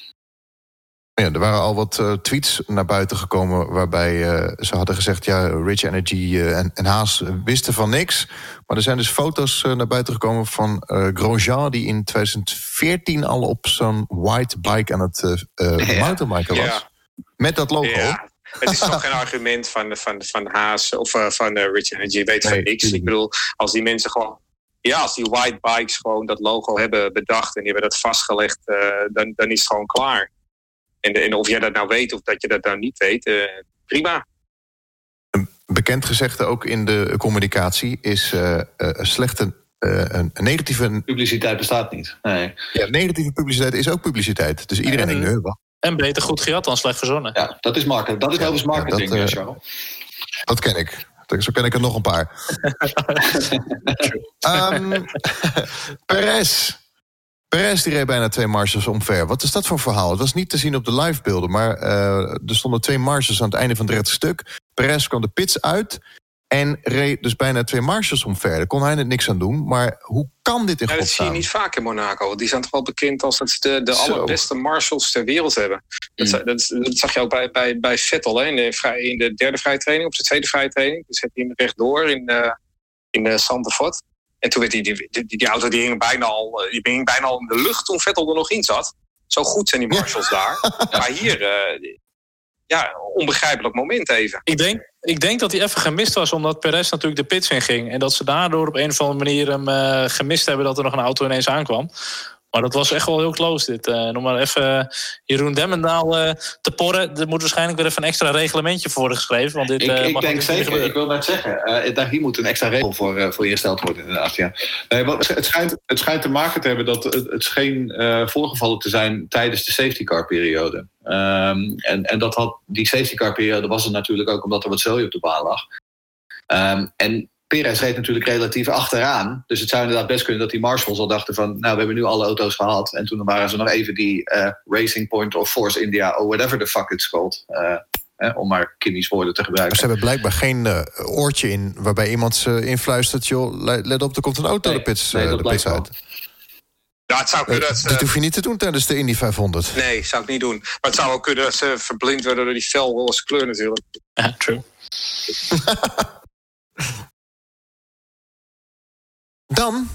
Ja, er waren al wat tweets naar buiten gekomen... waarbij ze hadden gezegd... ja, Rich Energy en Haas wisten van niks. Maar er zijn dus foto's naar buiten gekomen van Grosjean... die in 2014 al op zo'n white bike aan het mountainbiken was. Ja. Met dat logo. Ja. Het is toch geen argument van Haas of van Rich Energy. Weet van niks. Ik bedoel, als die mensen gewoon... Ja, als die white bikes gewoon dat logo hebben bedacht... en die hebben dat vastgelegd, dan is het gewoon klaar. En of jij dat nou weet of dat je dat nou niet weet, prima. Een bekend gezegde ook in de communicatie is een negatieve... Publiciteit bestaat niet. Nee. Ja, negatieve publiciteit is ook publiciteit. Dus iedereen denkt, wacht. En beter goed gejat dan slecht verzonnen. Ja, dat is marketing. Dat is overigens marketing, Charles. Dat ken ik. Zo ken ik er nog een paar. Perez. Perez die reed bijna 2 marshals omver. Wat is dat voor verhaal? Het was niet te zien op de livebeelden, maar er stonden 2 marshals aan het einde van het rechte stuk. Perez kwam de pits uit en reed dus bijna 2 marshals omver. Daar kon hij net niks aan doen, maar hoe kan dit in godsnaam? Dat zie je niet vaak in Monaco. Die zijn toch wel bekend als dat ze de allerbeste marshals ter wereld hebben. Dat zag je ook bij Vettel, hè? In de derde vrije training, of de tweede vrije training. Dus zette hij hem rechtdoor in Zandvoort. En toen werd die auto die hing bijna al in de lucht toen Vettel er nog in zat. Zo goed zijn die marshals daar. Maar hier, onbegrijpelijk moment even. Ik denk dat hij even gemist was, omdat Perez natuurlijk de pits in ging. En dat ze daardoor op een of andere manier hem gemist hebben dat er nog een auto ineens aankwam. Maar dat was echt wel heel close dit. Nog maar even Jeroen Demmendaal te porren. Er moet waarschijnlijk weer even een extra reglementje voor worden geschreven. Want dit, ik denk zeker, ik wil net zeggen, hier moet een extra regel voor ingesteld worden inderdaad. Ja. Nee, het schijnt te maken te hebben dat het scheen voorgevallen te zijn tijdens de safety car periode. En die safety car periode was er natuurlijk ook omdat er wat zooi op de baan lag. En Perez reed natuurlijk relatief achteraan. Dus het zou inderdaad best kunnen dat die marshals al dachten van, nou, we hebben nu alle auto's gehad. En toen waren ze nog even die Racing Point of Force India, or whatever the fuck it's called. Om maar Kimmy's woorden te gebruiken. Maar ze hebben blijkbaar geen oortje in waarbij iemand ze influistert, joh, let op, er komt een auto de pits uit. Ja, het zou kunnen dat hoef je niet te doen tijdens de Indy 500. Nee, zou ik niet doen. Maar het zou ook kunnen dat ze verblind werden door die felroze kleur natuurlijk. Ja, true. Dan,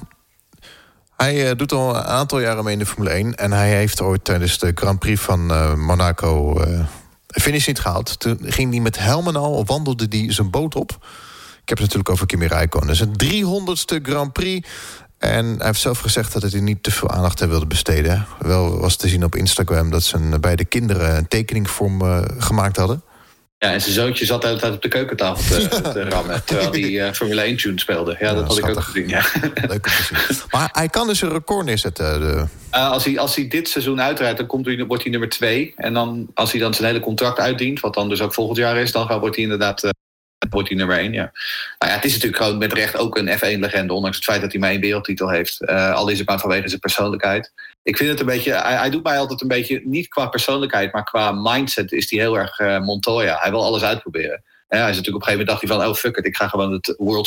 hij doet al een aantal jaren mee in de Formule 1... en hij heeft ooit tijdens de Grand Prix van Monaco finish niet gehaald. Toen ging hij met helm en al, wandelde hij zijn boot op. Ik heb het natuurlijk over Kimi Räikkönen. Dat is een 300ste Grand Prix. En hij heeft zelf gezegd dat hij niet te veel aandacht aan wilde besteden. Wel was te zien op Instagram dat zijn beide kinderen een tekening voor hem gemaakt hadden. Ja, en zijn zoontje zat de hele tijd op de keukentafel te rammen, terwijl hij Formule 1-tune speelde. Ja, dat had ik ook gezien. Ja. Leuk om te zien. Maar hij kan dus een record neerzetten. Als hij dit seizoen uitrijdt, dan wordt hij nummer 2. En dan, als hij dan zijn hele contract uitdient, wat dan dus ook volgend jaar is, dan wordt hij inderdaad nummer 1. Ja. Nou ja, het is natuurlijk gewoon met recht ook een F1-legende, ondanks het feit dat hij maar 1 wereldtitel heeft. Al is het maar vanwege zijn persoonlijkheid. Ik vind het een beetje, hij doet mij altijd een beetje, niet qua persoonlijkheid, maar qua mindset is hij heel erg Montoya. Hij wil alles uitproberen. Hij is natuurlijk op een gegeven moment dacht hij van, oh fuck it, ik ga gewoon het World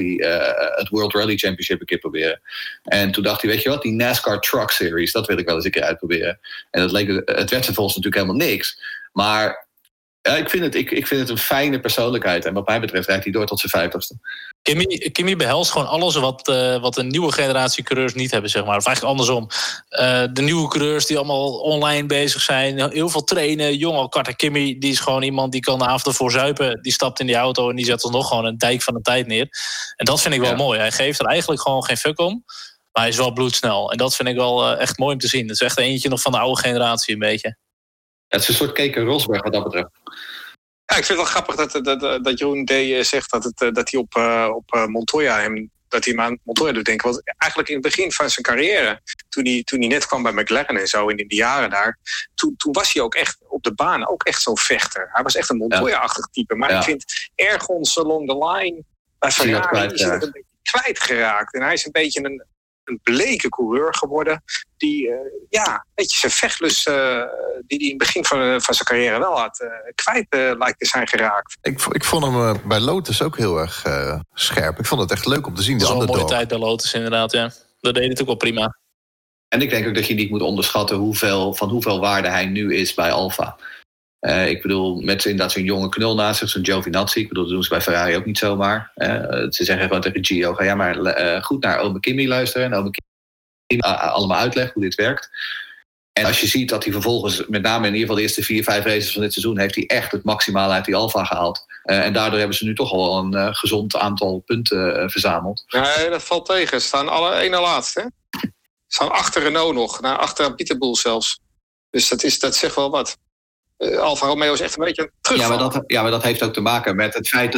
Rally Championship een keer proberen. En toen dacht hij, weet je wat, die NASCAR Truck Series, dat wil ik wel eens een keer uitproberen. En het werd vervolgens natuurlijk helemaal niks. Maar ja, ik vind het een fijne persoonlijkheid. En wat mij betreft rijdt hij door tot zijn 50ste. Kimi behelst gewoon alles wat een nieuwe generatie coureurs niet hebben, zeg maar. Of eigenlijk andersom. De nieuwe coureurs die allemaal online bezig zijn, heel veel trainen, jong al kort. Kimi, die is gewoon iemand die kan de avond ervoor zuipen. Die stapt in die auto en die zet alsnog gewoon een dijk van de tijd neer. En dat vind ik wel mooi. Hij geeft er eigenlijk gewoon geen fuck om. Maar hij is wel bloedsnel. En dat vind ik wel echt mooi om te zien. Het is echt eentje nog van de oude generatie een beetje. Het is een soort Keke Rosberg wat dat betreft. Ja, ik vind het wel grappig dat Jeroen D. zegt dat hij op Montoya hem aan Montoya doet denken. Want eigenlijk in het begin van zijn carrière, toen hij net kwam bij McLaren en zo in de jaren daar, toen was hij ook echt op de baan ook echt zo'n vechter. Hij was echt een Montoya-achtig type. Maar ik vind ergens along the line bij Ferrari is het een beetje kwijtgeraakt. En hij is een beetje een bleke coureur geworden die een beetje zijn vechtlust die hij in het begin van zijn carrière wel had kwijt lijkt te zijn geraakt. Ik vond hem bij Lotus ook heel erg scherp. Ik vond het echt leuk om te zien. Dat was wel een mooie tijd bij Lotus inderdaad, ja. Dat deed het ook wel prima. En ik denk ook dat je niet moet onderschatten hoeveel waarde hij nu is bij Alfa. Ik bedoel, met inderdaad zo'n jonge knul naast zich, zo'n Giovinazzi. Ik bedoel, dat doen ze bij Ferrari ook niet zomaar. Ze zeggen gewoon tegen Gio, ga jij maar goed naar ome Kimi luisteren. En ome Kimi allemaal uitleggen hoe dit werkt. En als je ziet dat hij vervolgens, met name in ieder geval de eerste 4-5 races van dit seizoen, heeft hij echt het maximale uit die Alfa gehaald. En daardoor hebben ze nu toch al een gezond aantal punten verzameld. Nee, dat valt tegen. Ze staan alle één na laatste. Ze staan achter Renault nog, achter Pieterboel zelfs. Dus dat zegt wel wat. Alfa Romeo is echt een beetje terugvallen. Maar dat heeft ook te maken met het feit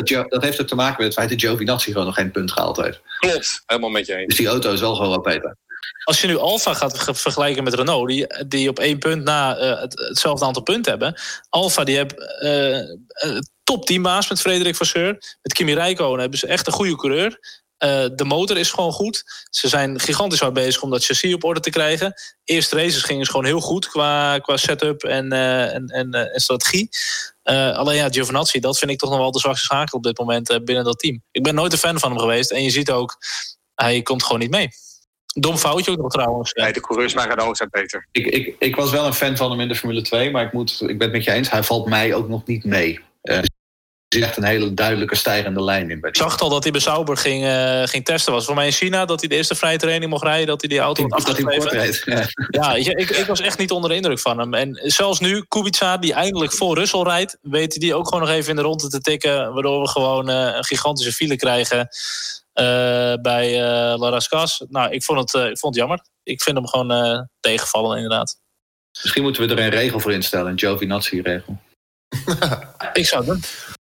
dat Giovinazzi gewoon nog geen punt gehaald heeft. Klopt, helemaal met je eens. Dus die auto is wel gewoon wat beter. Als je nu Alfa gaat vergelijken met Renault, die op 1 punt na hetzelfde aantal punten hebben. Alfa die heeft top teambaas met Frederik Vasseur. Met Kimi Räikkönen hebben ze echt een goede coureur. De motor is gewoon goed. Ze zijn gigantisch hard bezig om dat chassis op orde te krijgen. Eerste races gingen ze gewoon heel goed qua setup en strategie. Alleen ja, Giovinazzi, dat vind ik toch nog wel de zwakste schakel op dit moment binnen dat team. Ik ben nooit een fan van hem geweest. En je ziet ook, hij komt gewoon niet mee. Dom foutje ook nog trouwens. Nee, de coureurs bij Renault zijn beter. Ik was wel een fan van hem in de Formule 2, maar ik ben het met je eens. Hij valt mij ook nog niet mee. Er zit echt een hele duidelijke stijgende lijn in. Ik zag al dat hij bij Sauber ging testen. Was voor mij in China dat hij de eerste vrije training mocht rijden. Dat hij die auto had afgegeven. Ja, ik was echt niet onder de indruk van hem. En zelfs nu, Kubica, die eindelijk voor Russell rijdt, weet die ook gewoon nog even in de ronde te tikken. Waardoor we gewoon een gigantische file krijgen bij Las Vegas. Nou, ik vond het jammer. Ik vind hem gewoon tegenvallen inderdaad. Misschien moeten we er een regel voor instellen. Een Giovinazzi-regel. Ik zou het doen.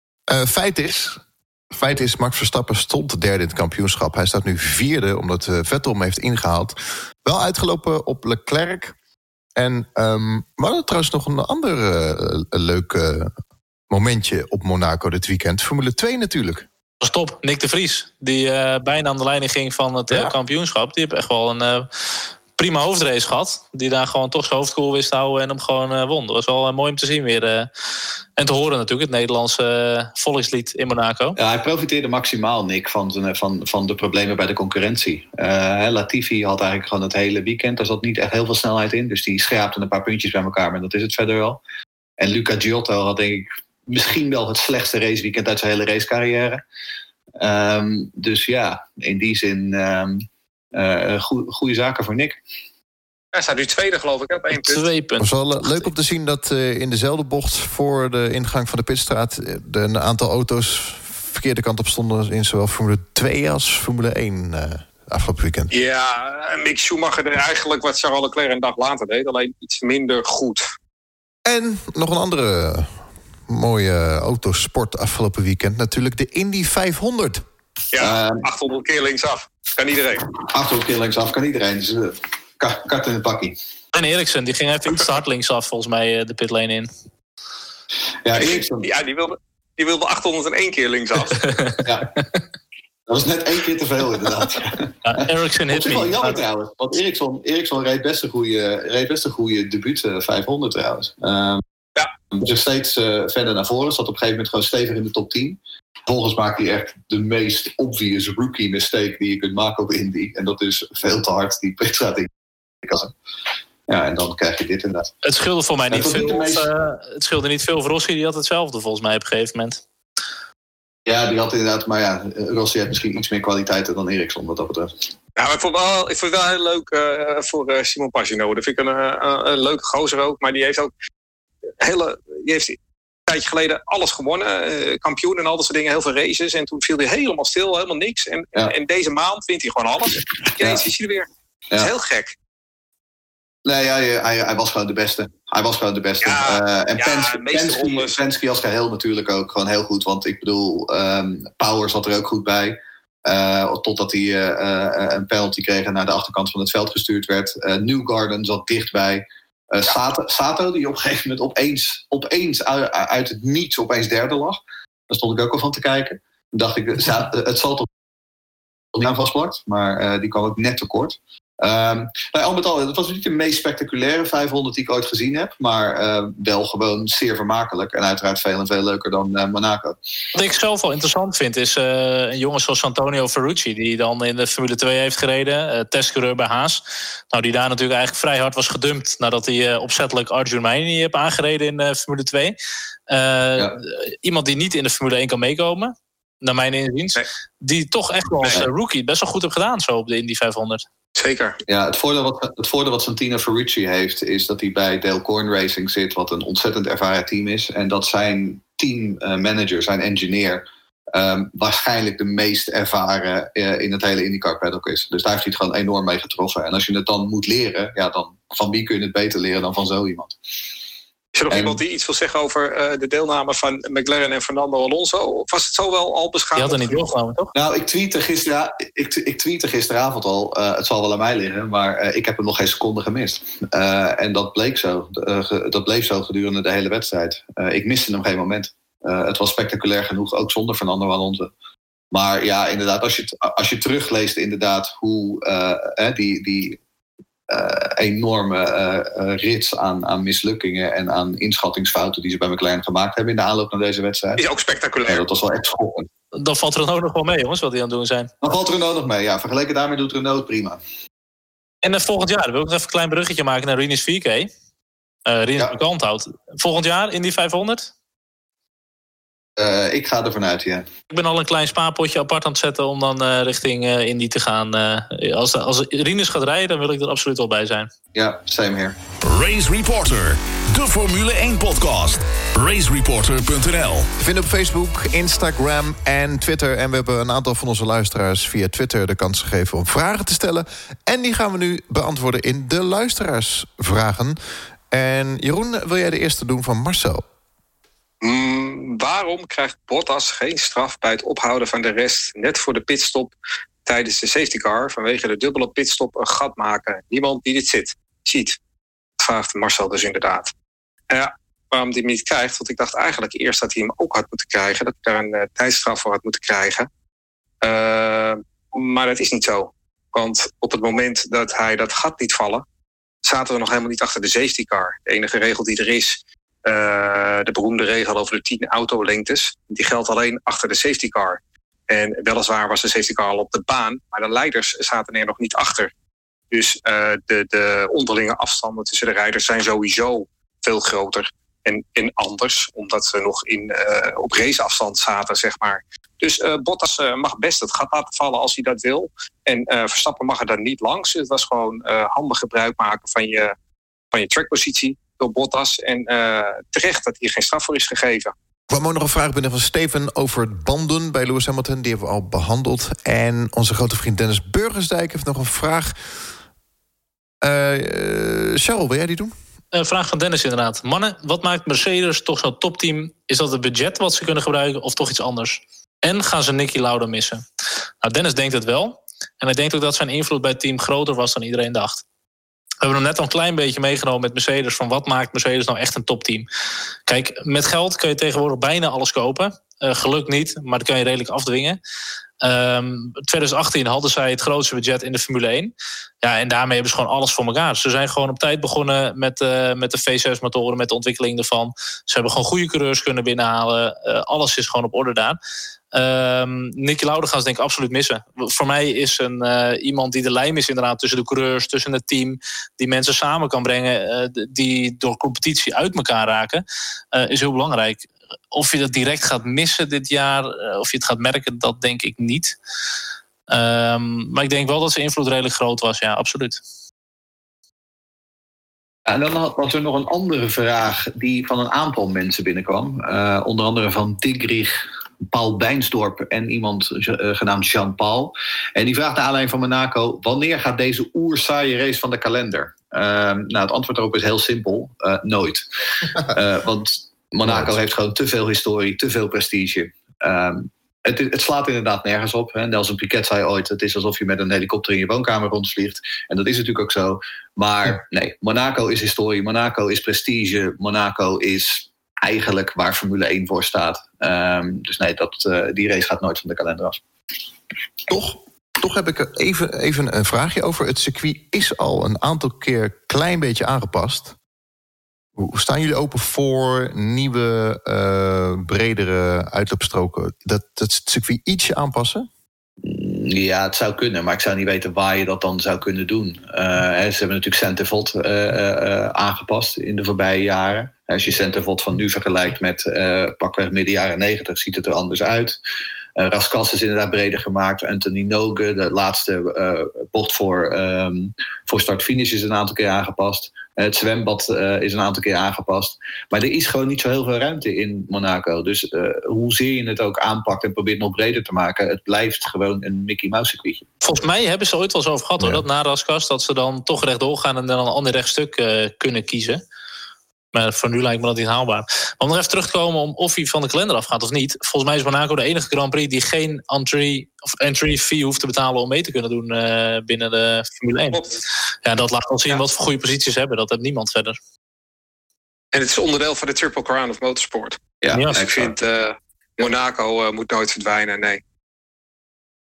Feit is, Max Verstappen stond derde in het kampioenschap. Hij staat nu vierde, omdat Vettel hem heeft ingehaald. Wel uitgelopen op Leclerc. En we hadden trouwens nog een ander leuk momentje op Monaco dit weekend. Formule 2 natuurlijk. Dat was top. Nick de Vries, die bijna aan de leiding ging van het kampioenschap. Die heeft echt wel een prima hoofdrace gehad. Die daar gewoon toch zijn hoofd koel wist te houden en hem gewoon won. Dat was wel mooi om te zien weer. En te horen natuurlijk, het Nederlandse volkslied in Monaco. Ja, hij profiteerde maximaal, Nick, van de problemen bij de concurrentie. Latifi had eigenlijk gewoon het hele weekend. Daar zat niet echt heel veel snelheid in. Dus die schraapte een paar puntjes bij elkaar, maar dat is het verder wel. En Luca Giotto had denk ik misschien wel het slechtste raceweekend uit zijn hele racecarrière. Dus ja, in die zin goede zaken voor Nick. Hij staat nu tweede, geloof ik, op 1 punt. 2 punten. Het was wel leuk om te zien dat in dezelfde bocht voor de ingang van de pitstraat een aantal auto's verkeerde kant op stonden in zowel Formule 2 als Formule 1 afgelopen weekend. Ja, Mick Schumacher er eigenlijk wat Charles Leclerc een dag later deed, alleen iets minder goed. En nog een andere mooie autosport afgelopen weekend. Natuurlijk de Indy 500. Ja, 800 keer linksaf. Kan iedereen. 800 keer linksaf kan iedereen. Dus kat in het pakkie. En Eriksson, die ging even iets te hard linksaf volgens mij de pitlane in. Ja, Eriksson. Ja, die wilde 801 keer linksaf. Ja. Dat was net 1 keer te veel, inderdaad. Ja, Eriksson hit me. Dat is wel jammer trouwens. Want Eriksson reed best een goede debuut 500 trouwens. Dus steeds verder naar voren. Zat op een gegeven moment gewoon stevig in de top 10. Vervolgens maakte hij echt de meest obvious rookie mistake die je kunt maken op Indy. En dat is veel te hard die pitstraat in. Ja, en dan krijg je dit inderdaad. Het scheelde voor mij niet veel. Het scheelde niet veel voor Rossi. Die had hetzelfde volgens mij op een gegeven moment. Ja, die had inderdaad. Maar ja, Rossi heeft misschien iets meer kwaliteiten dan Eriksson wat dat betreft. Ja, maar ik vond het wel heel leuk voor Simon Pagenaud. Dat vind ik een leuke gozer ook. Maar die heeft ook die heeft een tijdje geleden alles gewonnen. Kampioen en al dat soort dingen. Heel veel races. En toen viel hij helemaal stil. Helemaal niks. En deze maand wint hij gewoon alles. Ineens is hij er weer. Dat is heel gek. Nee, hij was gewoon de beste. Ja, en Penske als geheel natuurlijk ook gewoon heel goed. Want ik bedoel, Power zat er ook goed bij. Totdat hij een penalty kreeg en naar de achterkant van het veld gestuurd werd. Newgarden zat dichtbij. Sato, die op een gegeven moment opeens uit het niets opeens derde lag. Daar stond ik ook al van te kijken. Toen dacht ik, het zal toch niet aan vastplakt. Maar die kwam ook net tekort. Al met al, het was niet de meest spectaculaire 500 die ik ooit gezien heb. Maar wel gewoon zeer vermakelijk. En uiteraard veel en veel leuker dan Monaco. Wat ik zelf wel interessant vind is een jongen zoals Antonio Ferrucci. Die dan in de Formule 2 heeft gereden. Testcoureur bij Haas. Nou, die daar natuurlijk eigenlijk vrij hard was gedumpt. Nadat hij opzettelijk Arjun Maini heeft aangereden in de Formule 2. Iemand die niet in de Formule 1 kan meekomen. Naar mijn inziens. Nee. Die toch echt wel als rookie best wel goed heeft gedaan zo op de Indy 500. Zeker. Ja, het voordeel wat Santino Ferrucci heeft is dat hij bij Dale Coyne Racing zit, wat een ontzettend ervaren team is. En dat zijn teammanager, zijn engineer, waarschijnlijk de meest ervaren in het hele IndyCar paddock is. Dus daar heeft hij het gewoon enorm mee getroffen. En als je het dan moet leren, ja, dan van wie kun je het beter leren dan van zo iemand? Is er nog iemand die iets wil zeggen over de deelname van McLaren en Fernando Alonso? Of was het zo wel al beschaamd? Die had er niet doorgenomen, toch? Nou, ik tweette gisteravond al. Het zal wel aan mij liggen, maar ik heb hem nog geen seconde gemist. En dat bleek zo. Dat bleef zo gedurende de hele wedstrijd. Ik miste hem geen moment. Het was spectaculair genoeg, ook zonder Fernando Alonso. Maar ja, inderdaad, als je terugleest inderdaad hoe die enorme rits aan mislukkingen en aan inschattingsfouten die ze bij McLaren gemaakt hebben in de aanloop naar deze wedstrijd. Is ook spectaculair. Ja, dat was wel echt schokkend. Dan valt Renault nog wel mee, jongens, wat die aan het doen zijn. Dan valt Renault nog mee, ja. Vergeleken daarmee doet Renault het prima. En volgend jaar, dan wil ik nog even een klein bruggetje maken naar Rinus 4K. Rinus bekant houdt. Volgend jaar in die 500? Ik ga ervan uit, ja. Ik ben al een klein spaarpotje apart aan het zetten om dan richting Indy te gaan. Als Rinus gaat rijden, dan wil ik er absoluut wel bij zijn. Ja, same here. Race Reporter, de Formule 1 podcast. Racereporter.nl. We vinden op Facebook, Instagram en Twitter. En we hebben een aantal van onze luisteraars via Twitter de kans gegeven om vragen te stellen. En die gaan we nu beantwoorden in de luisteraarsvragen. En Jeroen, wil jij de eerste doen van Marcel? Waarom krijgt Bottas geen straf bij het ophouden van de rest net voor de pitstop tijdens de safety car vanwege de dubbele pitstop een gat maken? Niemand die dit ziet. Dat vraagt Marcel dus inderdaad. Ja, waarom hij hem niet krijgt? Want ik dacht eigenlijk eerst dat hij hem ook had moeten krijgen. Dat ik daar een tijdstraf voor had moeten krijgen. Maar dat is niet zo. Want op het moment dat hij dat gat liet vallen, zaten we nog helemaal niet achter de safety car. De enige regel die er is, de beroemde regel over de 10 autolengtes, die geldt alleen achter de safety car. En weliswaar was de safety car al op de baan, maar de leiders zaten er nog niet achter. Dus de onderlinge afstanden tussen de rijders zijn sowieso veel groter en anders, omdat ze nog op raceafstand zaten, zeg maar. Dus Bottas mag best het gat laten vallen als hij dat wil. En Verstappen mag er dan niet langs. Het was gewoon handig gebruik maken van je trackpositie door Bottas. En terecht dat hier geen straf voor is gegeven. Er kwam ook nog een vraag binnen van Steven over banden bij Lewis Hamilton. Die hebben we al behandeld. En onze grote vriend Dennis Burgersdijk heeft nog een vraag. Charles, wil jij die doen? Vraag van Dennis inderdaad. Mannen, wat maakt Mercedes toch zo'n topteam? Is dat het budget wat ze kunnen gebruiken of toch iets anders? En gaan ze Niki Lauda missen? Nou, Dennis denkt het wel. En hij denkt ook dat zijn invloed bij het team groter was dan iedereen dacht. We hebben hem net al een klein beetje meegenomen met Mercedes. Van wat maakt Mercedes nou echt een topteam? Kijk, met geld kun je tegenwoordig bijna alles kopen. Geluk niet, maar dat kan je redelijk afdwingen. 2018 hadden zij het grootste budget in de Formule 1. Ja, en daarmee hebben ze gewoon alles voor elkaar. Ze zijn gewoon op tijd begonnen met de V6-motoren, met de ontwikkeling ervan. Ze hebben gewoon goede coureurs kunnen binnenhalen. Alles is gewoon op orde daar. Niki Lauda gaan ze denk ik absoluut missen. Voor mij is iemand die de lijm is inderdaad tussen de coureurs, tussen het team, die mensen samen kan brengen, die door competitie uit elkaar raken, is heel belangrijk. Of je dat direct gaat missen dit jaar, of je het gaat merken, dat denk ik niet. Maar ik denk wel dat zijn invloed redelijk groot was, ja, absoluut. En dan was er nog een andere vraag die van een aantal mensen binnenkwam. Onder andere van Tigrig, Paul Bijnsdorp en iemand genaamd Jean-Paul. En die vraagt naar aanleiding van Monaco: wanneer gaat deze oersaaie race van de kalender? Nou, het antwoord daarop is heel simpel: nooit. Want Monaco heeft gewoon te veel historie, te veel prestige. Het slaat inderdaad nergens op. Hè. Nelson Piquet zei ooit: het is alsof je met een helikopter in je woonkamer rondvliegt. En dat is natuurlijk ook zo. Maar nee, Monaco is historie, Monaco is prestige, Monaco is eigenlijk waar Formule 1 voor staat. Dus nee, die race gaat nooit van de kalender af. Toch heb ik er even een vraagje over. Het circuit is al een aantal keer klein beetje aangepast. Hoe staan jullie open voor nieuwe, bredere uitloopstroken? Dat het circuit ietsje aanpassen? Ja, het zou kunnen, maar ik zou niet weten waar je dat dan zou kunnen doen. Ze hebben natuurlijk Centervot aangepast in de voorbije jaren. Als je Centervot van nu vergelijkt met pakweg midden jaren 90, ziet het er anders uit. Raskas is inderdaad breder gemaakt. Anthony Nogue, de laatste bocht voor start-finish is een aantal keer aangepast. Het zwembad is een aantal keer aangepast. Maar er is gewoon niet zo heel veel ruimte in Monaco. Dus hoezeer je het ook aanpakt en probeert nog breder te maken, het blijft gewoon een Mickey Mouse circuitje. Volgens mij hebben ze ooit wel eens over gehad, hoor, dat na Raskas dat ze dan toch rechtdoor gaan en dan een ander rechtstuk kunnen kiezen. Maar voor nu lijkt me dat niet haalbaar. Maar om nog even terug te komen om of hij van de kalender afgaat of niet. Volgens mij is Monaco de enige Grand Prix die geen entry fee hoeft te betalen om mee te kunnen doen binnen de Formule 1. Ja, dat laat ons zien wat voor goede posities hebben. Dat heeft niemand verder. En het is onderdeel van de Triple Crown of Motorsport. Ja, ik vind Monaco moet nooit verdwijnen, nee.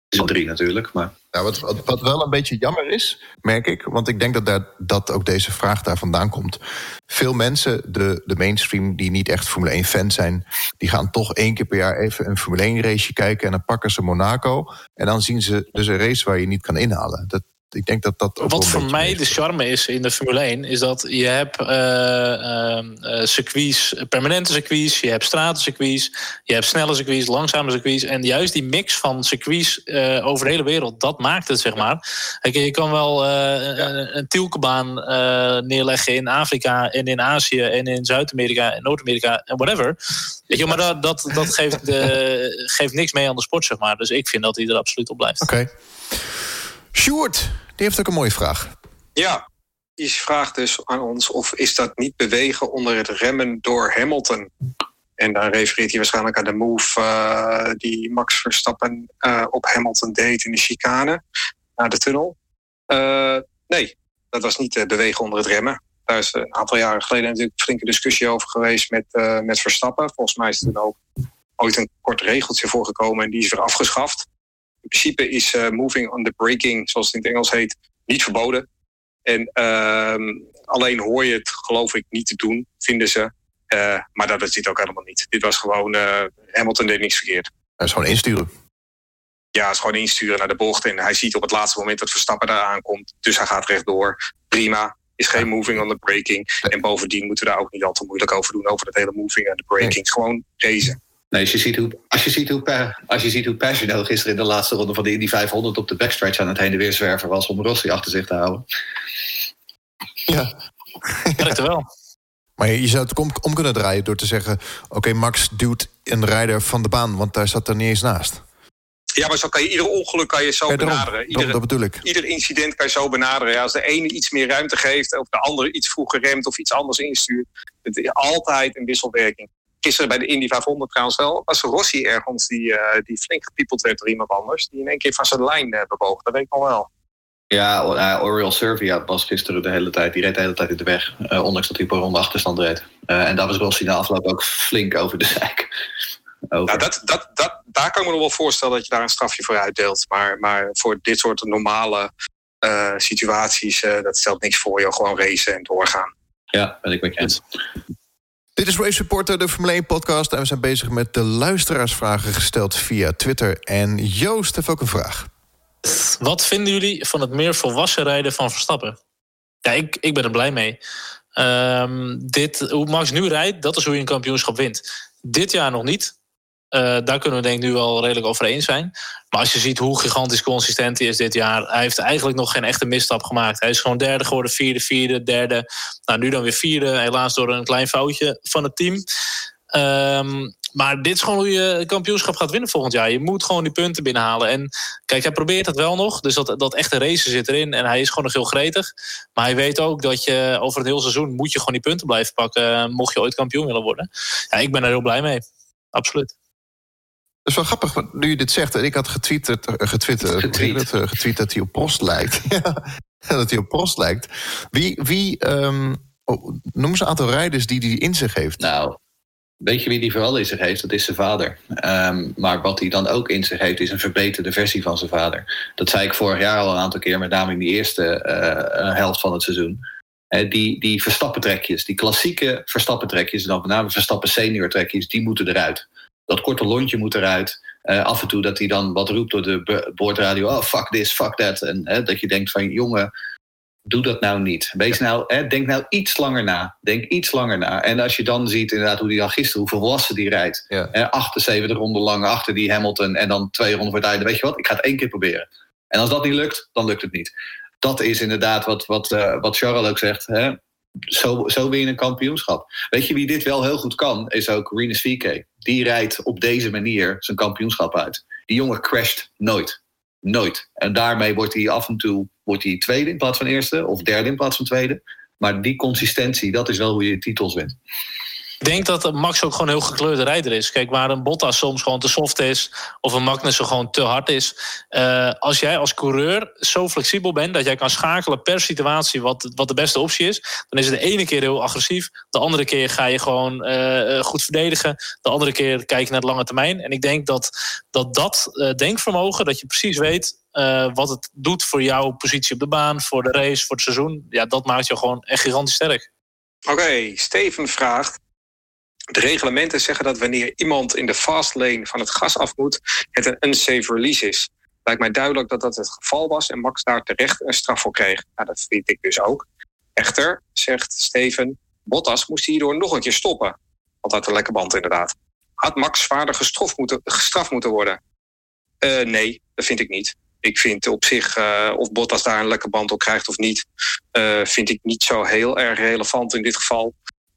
is 3 natuurlijk, maar... Nou, wat wel een beetje jammer is, merk ik, want ik denk dat ook deze vraag daar vandaan komt. Veel mensen, de mainstream die niet echt Formule 1 fan zijn, die gaan toch 1 keer per jaar even een Formule 1 raceje kijken en dan pakken ze Monaco en dan zien ze dus een race waar je niet kan inhalen. Ik denk dat ook wat voor mij de charme is in de Formule 1... is dat je hebt circuits, permanente circuits... je hebt stratencircuits, je hebt snelle circuits, langzame circuits... en juist die mix van circuits over de hele wereld... dat maakt het, zeg maar. Kijk, je kan wel een Tielkebaan neerleggen in Afrika... en in Azië en in Zuid-Amerika en Noord-Amerika en whatever. Weet je, maar dat geeft niks mee aan de sport, zeg maar. Dus ik vind dat hij er absoluut op blijft. Oké. Sjoerd, die heeft ook een mooie vraag. Ja, die vraagt dus aan ons of is dat niet bewegen onder het remmen door Hamilton? En dan refereert hij waarschijnlijk aan de move die Max Verstappen op Hamilton deed in de chicane naar de tunnel. Nee, dat was niet bewegen onder het remmen. Daar is een aantal jaren geleden natuurlijk een flinke discussie over geweest met Verstappen. Volgens mij is er toen ook ooit een kort regeltje voor gekomen en die is weer afgeschaft. In principe is moving on the braking, zoals het in het Engels heet, niet verboden. En alleen hoor je het, geloof ik, niet te doen, vinden ze. Maar dat is dit ook helemaal niet. Dit was gewoon, Hamilton deed niks verkeerd. Dat is gewoon insturen. Ja, het is gewoon insturen naar de bocht. En hij ziet op het laatste moment dat Verstappen daar aankomt. Dus hij gaat rechtdoor. Prima. Is geen moving on the braking. En bovendien moeten we daar ook niet al te moeilijk over doen. Over dat hele moving on the braking. Nee. Gewoon racen. Nee, als je ziet hoe Pagenaud gisteren in de laatste ronde van de Indy 500 op de backstretch aan het heen en weer zwerven was om Rossi achter zich te houden. Ja. Werkte wel. Maar je zou het om kunnen draaien door te zeggen, oké, Max duwt een rijder van de baan, want daar zat er niet eens naast. Ja, maar zo kan je ieder ongeluk kan je zo benaderen. Dat bedoel ik. Ieder incident kan je zo benaderen. Ja, als de ene iets meer ruimte geeft, of de andere iets vroeger remt of iets anders instuurt. Het is altijd een wisselwerking. Gisteren bij de Indy 500 trouwens wel, was Rossi ergens die flink gepiepeld werd door iemand anders. Die in één keer van zijn lijn bewoog. Dat weet ik nog wel. Ja, Oriol Servia was gisteren die reed de hele tijd in de weg. Ondanks dat hij op een ronde achterstand reed. En daar was Rossi na afloop ook flink over de zeik. Nou, daar kan ik me nog wel voorstellen dat je daar een strafje voor uitdeelt. Maar voor dit soort normale situaties, dat stelt niks voor. Je gewoon racen en doorgaan. Ja, ben ik met je eens. Dit is Race Reporter, de Formule 1 podcast. En we zijn bezig met de luisteraarsvragen gesteld via Twitter. En Joost heeft ook een vraag. Wat vinden jullie van het meer volwassen rijden van Verstappen? Ja, ik ben er blij mee. Hoe Max nu rijdt, dat is hoe je een kampioenschap wint. Dit jaar nog niet. Daar kunnen we denk ik nu wel redelijk over eens zijn. Maar als je ziet hoe gigantisch consistent hij is dit jaar, hij heeft eigenlijk nog geen echte misstap gemaakt. Hij is gewoon derde geworden, vierde, derde. Nou, nu dan weer vierde, helaas door een klein foutje van het team. Maar dit is gewoon hoe je kampioenschap gaat winnen volgend jaar. Je moet gewoon die punten binnenhalen. En kijk, hij probeert het wel nog. Dus dat echte racen zit erin. En hij is gewoon nog heel gretig. Maar hij weet ook dat je over het hele seizoen moet je gewoon die punten blijven pakken. Mocht je ooit kampioen willen worden. Ja, ik ben er heel blij mee. Absoluut. Dat is wel grappig, nu je dit zegt. En ik had getweet dat hij op Prost lijkt. Ja, dat hij op Prost lijkt. Noem eens een aantal rijders die hij in zich heeft. Nou, weet je wie die vooral in zich heeft? Dat is zijn vader. Maar wat hij dan ook in zich heeft, is een verbeterde versie van zijn vader. Dat zei ik vorig jaar al een aantal keer, met name in die eerste helft van het seizoen. Die Verstappen-trekjes, die klassieke Verstappen-trekjes, en dan met name Verstappen-senior-trekjes, die moeten eruit. Dat korte lontje moet eruit. Af en toe dat hij dan wat roept door de boordradio. Oh, fuck this, fuck that. En dat je denkt van, jongen, doe dat nou niet. Denk nou iets langer na. Denk iets langer na. En als je dan ziet inderdaad hoe hij dan gisteren, hoe volwassen die rijdt. Ja. 78 ronden lang achter die Hamilton. En dan 2 ronden voor het einde. Weet je wat, ik ga het 1 keer proberen. En als dat niet lukt, dan lukt het niet. Dat is inderdaad wat Charles ook zegt. Hè? Zo win je een kampioenschap. Weet je wie dit wel heel goed kan? Is ook Rinus VeeKay. Die rijdt op deze manier zijn kampioenschap uit. Die jongen crasht nooit. Nooit. En daarmee wordt hij af en toe tweede in plaats van eerste. Of derde in plaats van tweede. Maar die consistentie, dat is wel hoe je titels wint. Ik denk dat Max ook gewoon een heel gekleurde rijder is. Kijk, waar een Bottas soms gewoon te soft is, of een Magnussen gewoon te hard is. Als jij als coureur zo flexibel bent dat jij kan schakelen per situatie wat de beste optie is, dan is het de ene keer heel agressief, de andere keer ga je gewoon goed verdedigen, de andere keer kijk je naar de lange termijn. En ik denk dat denkvermogen, dat je precies weet wat het doet voor jouw positie op de baan, voor de race, voor het seizoen, ja, dat maakt je gewoon echt gigantisch sterk. Oké, Steven vraagt: de reglementen zeggen dat wanneer iemand in de fastlane van het gas af moet, het een unsafe release is. Lijkt mij duidelijk dat dat het geval was en Max daar terecht een straf voor kreeg. Nou, dat vind ik dus ook. Echter, zegt Steven, Bottas moest hierdoor nog een keer stoppen. Want uit een lekke band inderdaad. Had Max zwaarder gestraft moeten worden? Nee, dat vind ik niet. Ik vind op zich, of Bottas daar een lekke band op krijgt of niet, vind ik niet zo heel erg relevant in dit geval.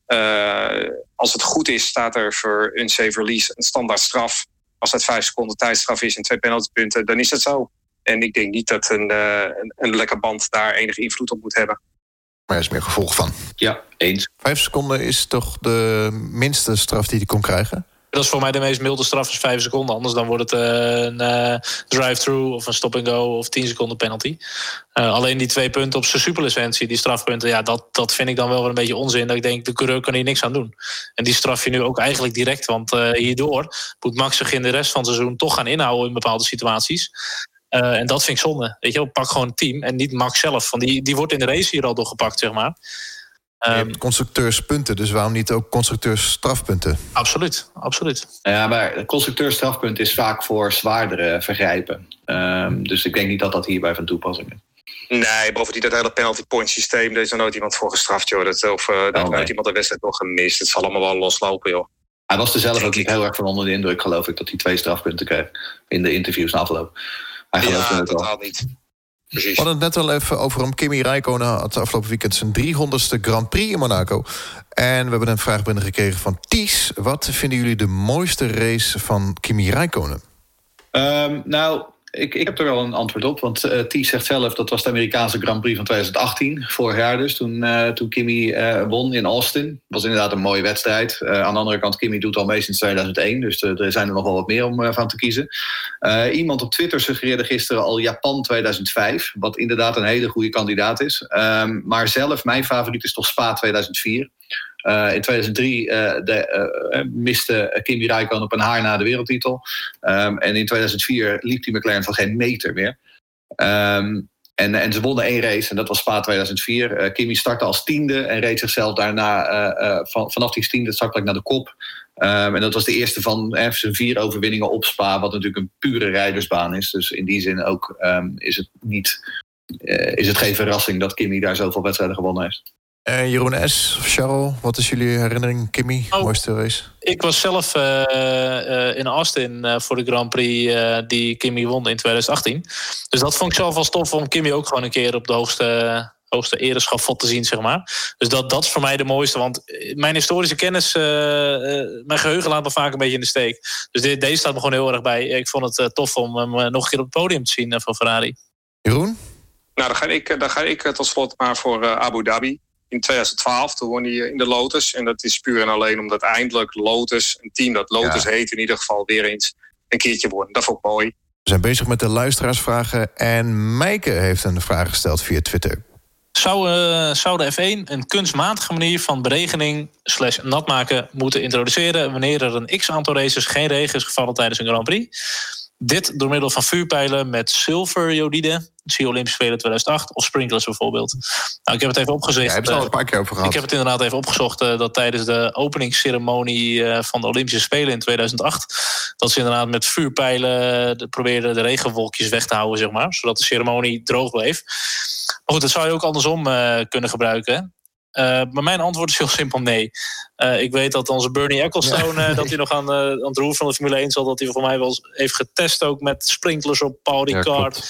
Als het goed is, staat er voor unsafe release een standaard straf. Als dat 5 seconden tijdstraf is en 2 penaltypunten, dan is het zo. En ik denk niet dat een lekke band daar enige invloed op moet hebben. Maar er is meer gevolg van. Ja, eens. 5 seconden is toch de minste straf die hij kon krijgen? Dat is voor mij de meest milde straf, is 5 seconden. Anders dan wordt het een drive-through of een stop-and-go of 10 seconden penalty. Alleen die 2 punten op zijn superlicentie, die strafpunten, ja, dat vind ik dan wel een beetje onzin. Dat ik denk, de coureur kan hier niks aan doen. En die straf je nu ook eigenlijk direct. Want hierdoor moet Max zich in de rest van het seizoen toch gaan inhouden in bepaalde situaties. En dat vind ik zonde. Weet je, pak gewoon het team en niet Max zelf. Want die wordt in de race hier al doorgepakt, zeg maar. Je hebt constructeurspunten, dus waarom niet ook constructeursstrafpunten? Absoluut. Ja, maar constructeurstrafpunt is vaak voor zwaardere vergrijpen. Dus ik denk niet dat dat hierbij van toepassing is. Nee, bovendien dat hele penalty point systeem, daar is er nooit iemand voor gestraft, joh. Daar heeft nooit iemand de wedstrijd nog gemist. Het zal allemaal wel loslopen, joh. Hij was er zelf ook niet heel erg van onder de indruk, geloof ik, dat hij 2 strafpunten kreeg in de interviews na afloop. Hij geloofde het totaal wel. niet. Precies. We hadden het net al even over hem. Kimi Räikkönen had afgelopen weekend zijn 300ste Grand Prix in Monaco. En we hebben een vraag binnengekregen van Ties. Wat vinden jullie de mooiste race van Kimi Räikkönen? Nou, ik heb er wel een antwoord op. Want Ties zegt zelf, dat was de Amerikaanse Grand Prix van 2018. Vorig jaar dus, toen Kimi won in Austin. Dat was inderdaad een mooie wedstrijd. Aan de andere kant, Kimi doet al mee sinds 2001. Dus er zijn er nog wel wat meer om van te kiezen. Iemand op Twitter suggereerde gisteren al Japan 2005. Wat inderdaad een hele goede kandidaat is. Maar zelf, mijn favoriet is toch Spa 2004. In 2003 miste Kimi Räikkönen op een haar na de wereldtitel. En in 2004 liep die McLaren van geen meter meer. En ze wonnen 1 race en dat was Spa 2004. Kimi startte als 10e en reed zichzelf daarna vanaf die 10e zakelijk naar de kop. En dat was de eerste van zijn 4 overwinningen op Spa, wat natuurlijk een pure rijdersbaan is. Dus in die zin ook is het geen verrassing dat Kimi daar zoveel wedstrijden gewonnen heeft. Jeroen S. of Charles, wat is jullie herinnering, Kimi? Mooiste race? Ik was zelf in Austin voor de Grand Prix die Kimi won in 2018. Dus dat vond ik zelf wel tof om Kimi ook gewoon een keer op de hoogste ereschafot te zien, zeg maar. Dus dat is voor mij de mooiste. Want mijn historische kennis, mijn geheugen laat me vaak een beetje in de steek. Dus deze staat me gewoon heel erg bij. Ik vond het tof om hem nog een keer op het podium te zien van Ferrari. Jeroen? Nou, dan ga ik tot slot maar voor Abu Dhabi. In 2012, toen won hij in de Lotus. En dat is puur en alleen omdat eindelijk Lotus, een team dat Lotus heet, in ieder geval weer eens een keertje won. Dat vond ik mooi. We zijn bezig met de luisteraarsvragen. En Meike heeft een vraag gesteld via Twitter. Zou de F1 een kunstmatige manier van beregening / natmaken moeten introduceren wanneer er een x-aantal races geen regen is gevallen tijdens een Grand Prix? Dit door middel van vuurpijlen met zilverjodide, zie Olympische Spelen 2008, of sprinklers bijvoorbeeld. Nou, ik heb het even opgezocht. Ja, heb je het al een paar keer over gehad. Ik heb het inderdaad even opgezocht dat tijdens de openingsceremonie van de Olympische Spelen in 2008... dat ze inderdaad met vuurpijlen probeerden de regenwolkjes weg te houden, zeg maar, zodat de ceremonie droog bleef. Maar goed, dat zou je ook andersom kunnen gebruiken. Maar mijn antwoord is heel simpel nee. Ik weet dat onze Bernie Ecclestone, dat hij nog aan het roer van de Formule 1 zal, dat hij voor mij wel heeft getest ook met sprinklers op Paul Ricard.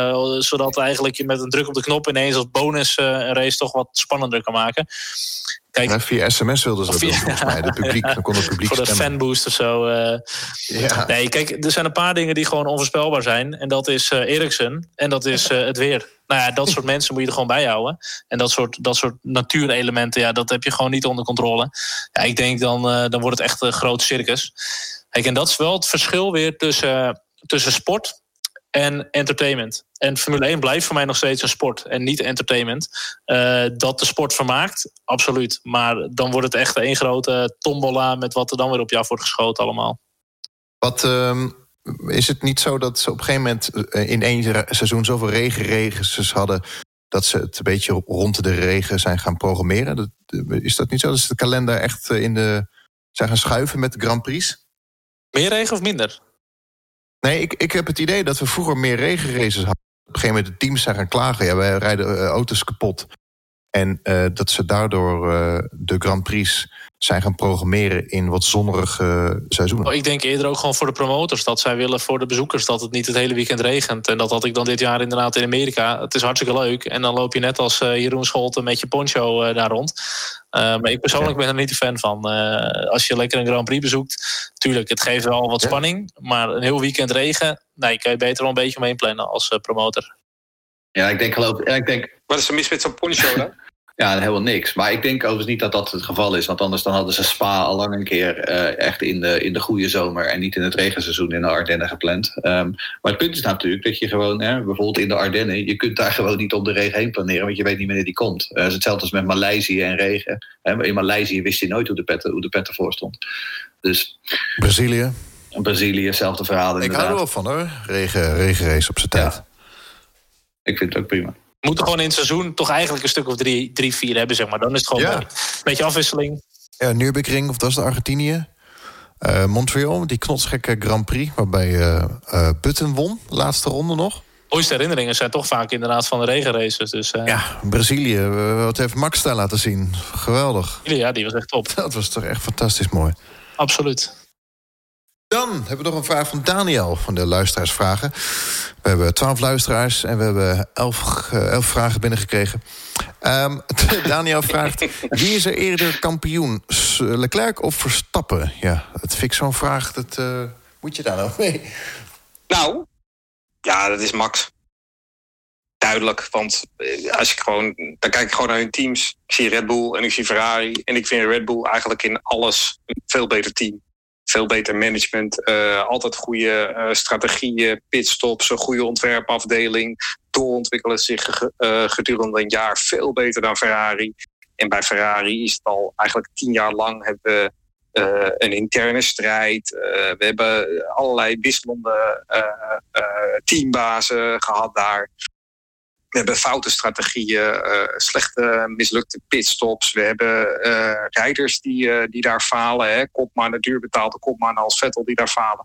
Zodat eigenlijk je met een druk op de knop ineens als bonus een race toch wat spannender kan maken. Kijk, via sms wilden ze dat doen, volgens mij. Dan kon het publiek voor de stemmen. fanboost of zo. Ja. Nee, kijk, er zijn een paar dingen die gewoon onvoorspelbaar zijn. En dat is Eriksen en dat is het weer. Nou ja, dat soort mensen moet je er gewoon bij houden. En dat soort natuurelementen, ja, dat heb je gewoon niet onder controle. Ja, ik denk dan wordt het echt een groot circus. Kijk, en dat is wel het verschil weer tussen sport en entertainment. En Formule 1 blijft voor mij nog steeds een sport en niet entertainment. Dat de sport vermaakt, absoluut. Maar dan wordt het echt één grote tombola met wat er dan weer op je af wordt geschoten allemaal. Wat is het niet zo dat ze op een gegeven moment in één seizoen zoveel regenregels hadden dat ze het een beetje rond de regen zijn gaan programmeren? Is dat niet zo? Dat ze de kalender echt zijn gaan schuiven met de Grand Prix? Meer regen of minder? Nee, ik heb het idee dat we vroeger meer regenraces hadden. Op een gegeven moment de teams zijn gaan klagen. Ja, wij rijden auto's kapot. En dat ze daardoor de Grand Prix zijn gaan programmeren in wat zonnige seizoenen. Ik denk eerder ook gewoon voor de promotors. Dat zij willen voor de bezoekers dat het niet het hele weekend regent. En dat had ik dan dit jaar inderdaad in Amerika. Het is hartstukke leuk. En dan loop je net als Jeroen Scholten met je poncho daar rond. Maar ik persoonlijk ben er niet een fan van. Als je lekker een Grand Prix bezoekt. Tuurlijk, het geeft wel wat spanning. Maar een heel weekend regen. Nee, kan je beter wel een beetje omheen plannen als promotor. Ja, ik denk... Wat is er mis met zo'n poncho dan? Ja, helemaal niks. Maar ik denk overigens niet dat dat het geval is. Want anders dan hadden ze Spa al lang een keer echt in de goede zomer en niet in het regenseizoen in de Ardennen gepland. Maar het punt is natuurlijk dat je gewoon, bijvoorbeeld in de Ardennen, je kunt daar gewoon niet om de regen heen planeren, want je weet niet wanneer die komt. Het is hetzelfde als met Maleisië en regen. In Maleisië wist je nooit hoe de pet ervoor stond. Dus Brazilië, hetzelfde verhaal inderdaad. Ik hou er wel van hoor, regenrace op zijn tijd. Ja. Ik vind het ook prima. We moeten gewoon in het seizoen toch eigenlijk een stuk of 3, 4 hebben, zeg maar. Dan is het gewoon een beetje afwisseling. Ja, Nürburgring, of dat is de Argentinië. Montreal, die knotsgekke Grand Prix, waarbij Button won, laatste ronde nog. Mooiste herinneringen zijn toch vaak inderdaad van de regenraces. Dus, Ja, Brazilië, wat heeft Max daar laten zien? Geweldig. Ja, die was echt top. Dat was toch echt fantastisch mooi. Absoluut. Dan hebben we nog een vraag van Daniel van de luisteraarsvragen. We hebben 12 luisteraars en we hebben 11 vragen binnengekregen. Daniel vraagt, wie is er eerder kampioen? Leclerc of Verstappen? Ja, dat vind ik zo'n vraag, dat moet je daar nou mee? Nou, ja, dat is Max. Duidelijk, want dan kijk ik gewoon naar hun teams. Ik zie Red Bull en ik zie Ferrari. En ik vind Red Bull eigenlijk in alles een veel beter team. Veel beter management, altijd goede strategieën, pitstops, een goede ontwerpafdeling. Doorontwikkelen zich gedurende een jaar veel beter dan Ferrari. En bij Ferrari is het al eigenlijk 10 jaar lang hebben we een interne strijd. We hebben allerlei wisselende teambazen gehad daar. We hebben foute strategieën, slechte, mislukte pitstops. We hebben rijders die daar falen. Hè. Kopman, de duurbetaalde kopman als Vettel die daar falen.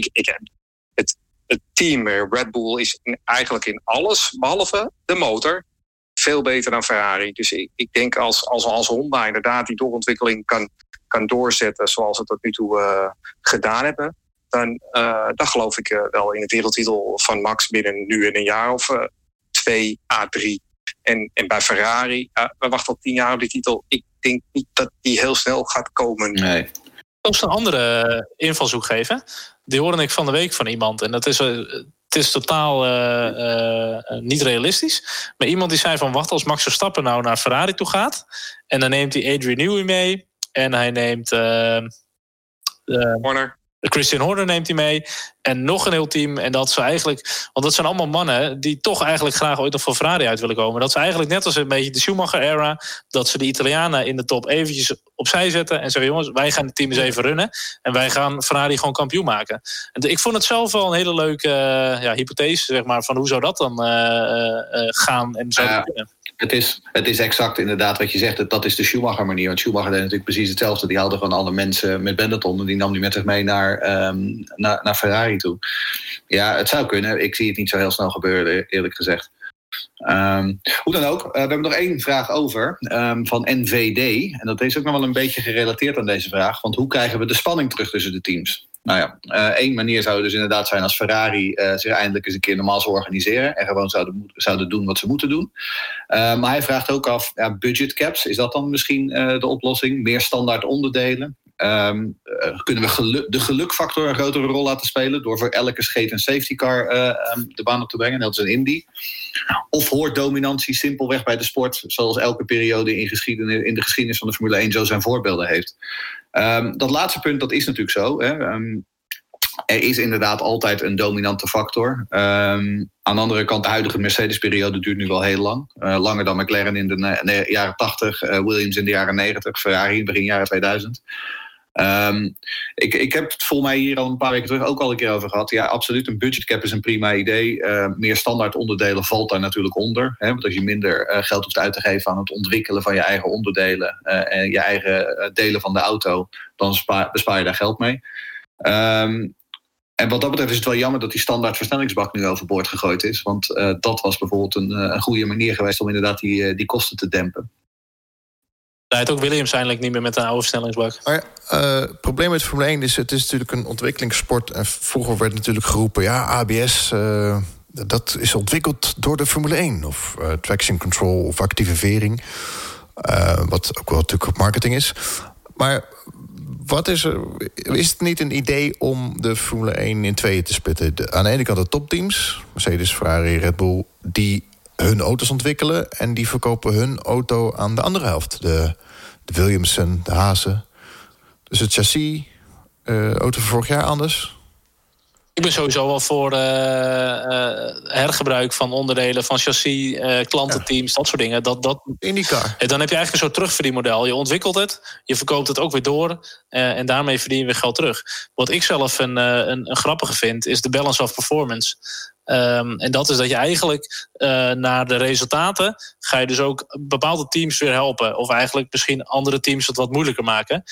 Het team Red Bull is eigenlijk in alles, behalve de motor, veel beter dan Ferrari. Dus ik denk als Honda inderdaad die doorontwikkeling kan doorzetten zoals ze tot nu toe gedaan hebben, dan geloof ik wel in de wereldtitel van Max binnen nu in een jaar of 2 à 3. En bij Ferrari, we wachten al 10 jaar op die titel. Ik denk niet dat die heel snel gaat komen. Nee. Ik zal een andere invalshoek geven. Die hoorde ik van de week van iemand. En dat is, het is totaal niet realistisch. Maar iemand die zei van, wacht, als Max Verstappen nou naar Ferrari toe gaat. En dan neemt hij Adrian Newey mee. En hij neemt Horner. Christian Horner neemt hij mee. En nog een heel team. En dat ze eigenlijk, want dat zijn allemaal mannen die toch eigenlijk graag ooit nog voor Ferrari uit willen komen. Dat ze eigenlijk net als een beetje de Schumacher-era, dat ze de Italianen in de top eventjes opzij zetten. En zeggen, jongens, wij gaan het team eens even runnen. En wij gaan Ferrari gewoon kampioen maken. En ik vond het zelf wel een hele leuke hypothese, zeg maar, van hoe zou dat dan gaan en zou dat kunnen. Het is exact inderdaad wat je zegt. Dat is de Schumacher-manier. Want Schumacher deed natuurlijk precies hetzelfde. Die haalde gewoon alle mensen met Benetton en die nam die met zich mee naar Ferrari toe. Ja, het zou kunnen. Ik zie het niet zo heel snel gebeuren, eerlijk gezegd. Hoe dan ook, we hebben nog 1 vraag over van NVD. En dat is ook nog wel een beetje gerelateerd aan deze vraag. Want hoe krijgen we de spanning terug tussen de teams? Nou ja, één manier zou dus inderdaad zijn als Ferrari zich eindelijk eens een keer normaal zou organiseren. En gewoon zouden doen wat ze moeten doen. Maar hij vraagt ook af, budget caps, is dat dan misschien de oplossing? Meer standaard onderdelen? Kunnen we de gelukfactor een grotere rol laten spelen door voor elke scheet een safety car de baan op te brengen, net als een Indy? Of hoort dominantie simpelweg bij de sport, zoals elke periode in de geschiedenis van de Formule 1 zo zijn voorbeelden heeft? Dat laatste punt, dat is natuurlijk zo. Hè. Er is inderdaad altijd een dominante factor. Aan de andere kant, de huidige Mercedes-periode duurt nu wel heel lang. Langer dan McLaren in de jaren 80, Williams in de jaren 90, Ferrari in begin jaren 2000. Ik heb het volgens mij hier al een paar weken terug ook al een keer over gehad. Ja, absoluut, een budgetcap is een prima idee. Meer standaard onderdelen valt daar natuurlijk onder. Hè, want als je minder geld hoeft uit te geven aan het ontwikkelen van je eigen onderdelen en je eigen delen van de auto, dan bespaar je daar geld mee. En wat dat betreft is het wel jammer dat die standaard versnellingsbak nu overboord gegooid is. Want dat was bijvoorbeeld een goede manier geweest om inderdaad die kosten te dempen. Rijdt ook Williams eindelijk niet meer met een oude versnellingsbak. Maar het probleem met Formule 1 is, het is natuurlijk een ontwikkelingssport. En vroeger werd natuurlijk geroepen, ja, ABS, dat is ontwikkeld door de Formule 1. Of traction control of actieve vering. Wat ook wel natuurlijk marketing is. Maar wat is het niet een idee om de Formule 1 in tweeën te splitten? Aan de ene kant de topteams, Mercedes, Ferrari, Red Bull, die hun auto's ontwikkelen en die verkopen hun auto aan de andere helft. De Williamson, de Haase. Dus het chassis, auto van vorig jaar anders. Ik ben sowieso wel voor hergebruik van onderdelen van chassis, klantenteams, dat soort dingen. IndyCar. Dan heb je eigenlijk een soort terugverdienmodel. Je ontwikkelt het, je verkoopt het ook weer door en daarmee verdien je weer geld terug. Wat ik zelf een grappige vind, is de balance of performance. En dat is dat je eigenlijk naar de resultaten ga je dus ook bepaalde teams weer helpen. Of eigenlijk misschien andere teams het wat moeilijker maken.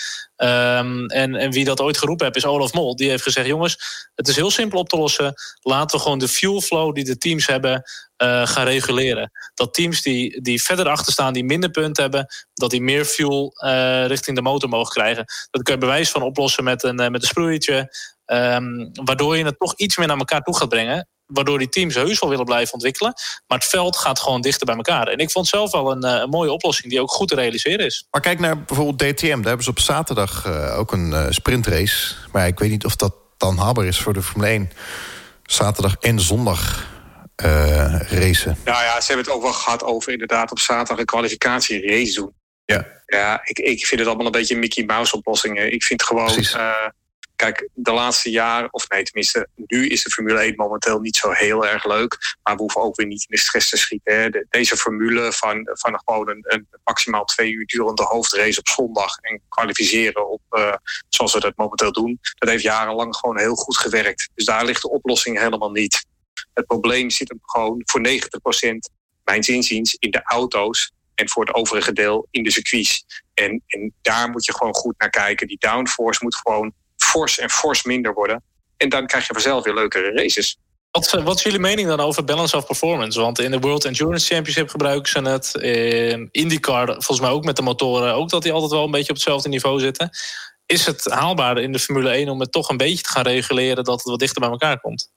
En wie dat ooit geroepen heeft is Olaf Mol. Die heeft gezegd, jongens, het is heel simpel op te lossen. Laten we gewoon de fuel flow die de teams hebben gaan reguleren. Dat teams die verder achter staan, die minder punten hebben, dat die meer fuel richting de motor mogen krijgen. Dat kun je bewijs van oplossen met een sproeiertje. Waardoor je het toch iets meer naar elkaar toe gaat brengen. Waardoor die teams heus wel willen blijven ontwikkelen. Maar het veld gaat gewoon dichter bij elkaar. En ik vond zelf wel een mooie oplossing die ook goed te realiseren is. Maar kijk naar bijvoorbeeld DTM. Daar hebben ze op zaterdag ook een sprintrace. Maar ik weet niet of dat dan haalbaar is voor de Formule 1. Zaterdag en zondag racen. Nou ja, ze hebben het ook wel gehad over inderdaad op zaterdag een kwalificatierace doen. Ja, ik vind het allemaal een beetje een Mickey Mouse oplossingen. Ik vind gewoon... Kijk, de laatste jaren, of nee, tenminste, nu is de Formule 1 momenteel niet zo heel erg leuk. Maar we hoeven ook weer niet in de stress te schieten. Hè. Deze formule van gewoon een maximaal 2 uur durende hoofdrace op zondag en kwalificeren op zoals we dat momenteel doen, dat heeft jarenlang gewoon heel goed gewerkt. Dus daar ligt de oplossing helemaal niet. Het probleem zit hem gewoon voor 90%, mijns inziens, in de auto's en voor het overige deel in de circuits. En daar moet je gewoon goed naar kijken. Die downforce moet gewoon fors minder worden. En dan krijg je vanzelf weer leukere races. Wat is jullie mening dan over balance of performance? Want in de World Endurance Championship gebruiken ze het. In IndyCar, volgens mij ook met de motoren, ook dat die altijd wel een beetje op hetzelfde niveau zitten. Is het haalbaar in de Formule 1 om het toch een beetje te gaan reguleren dat het wat dichter bij elkaar komt?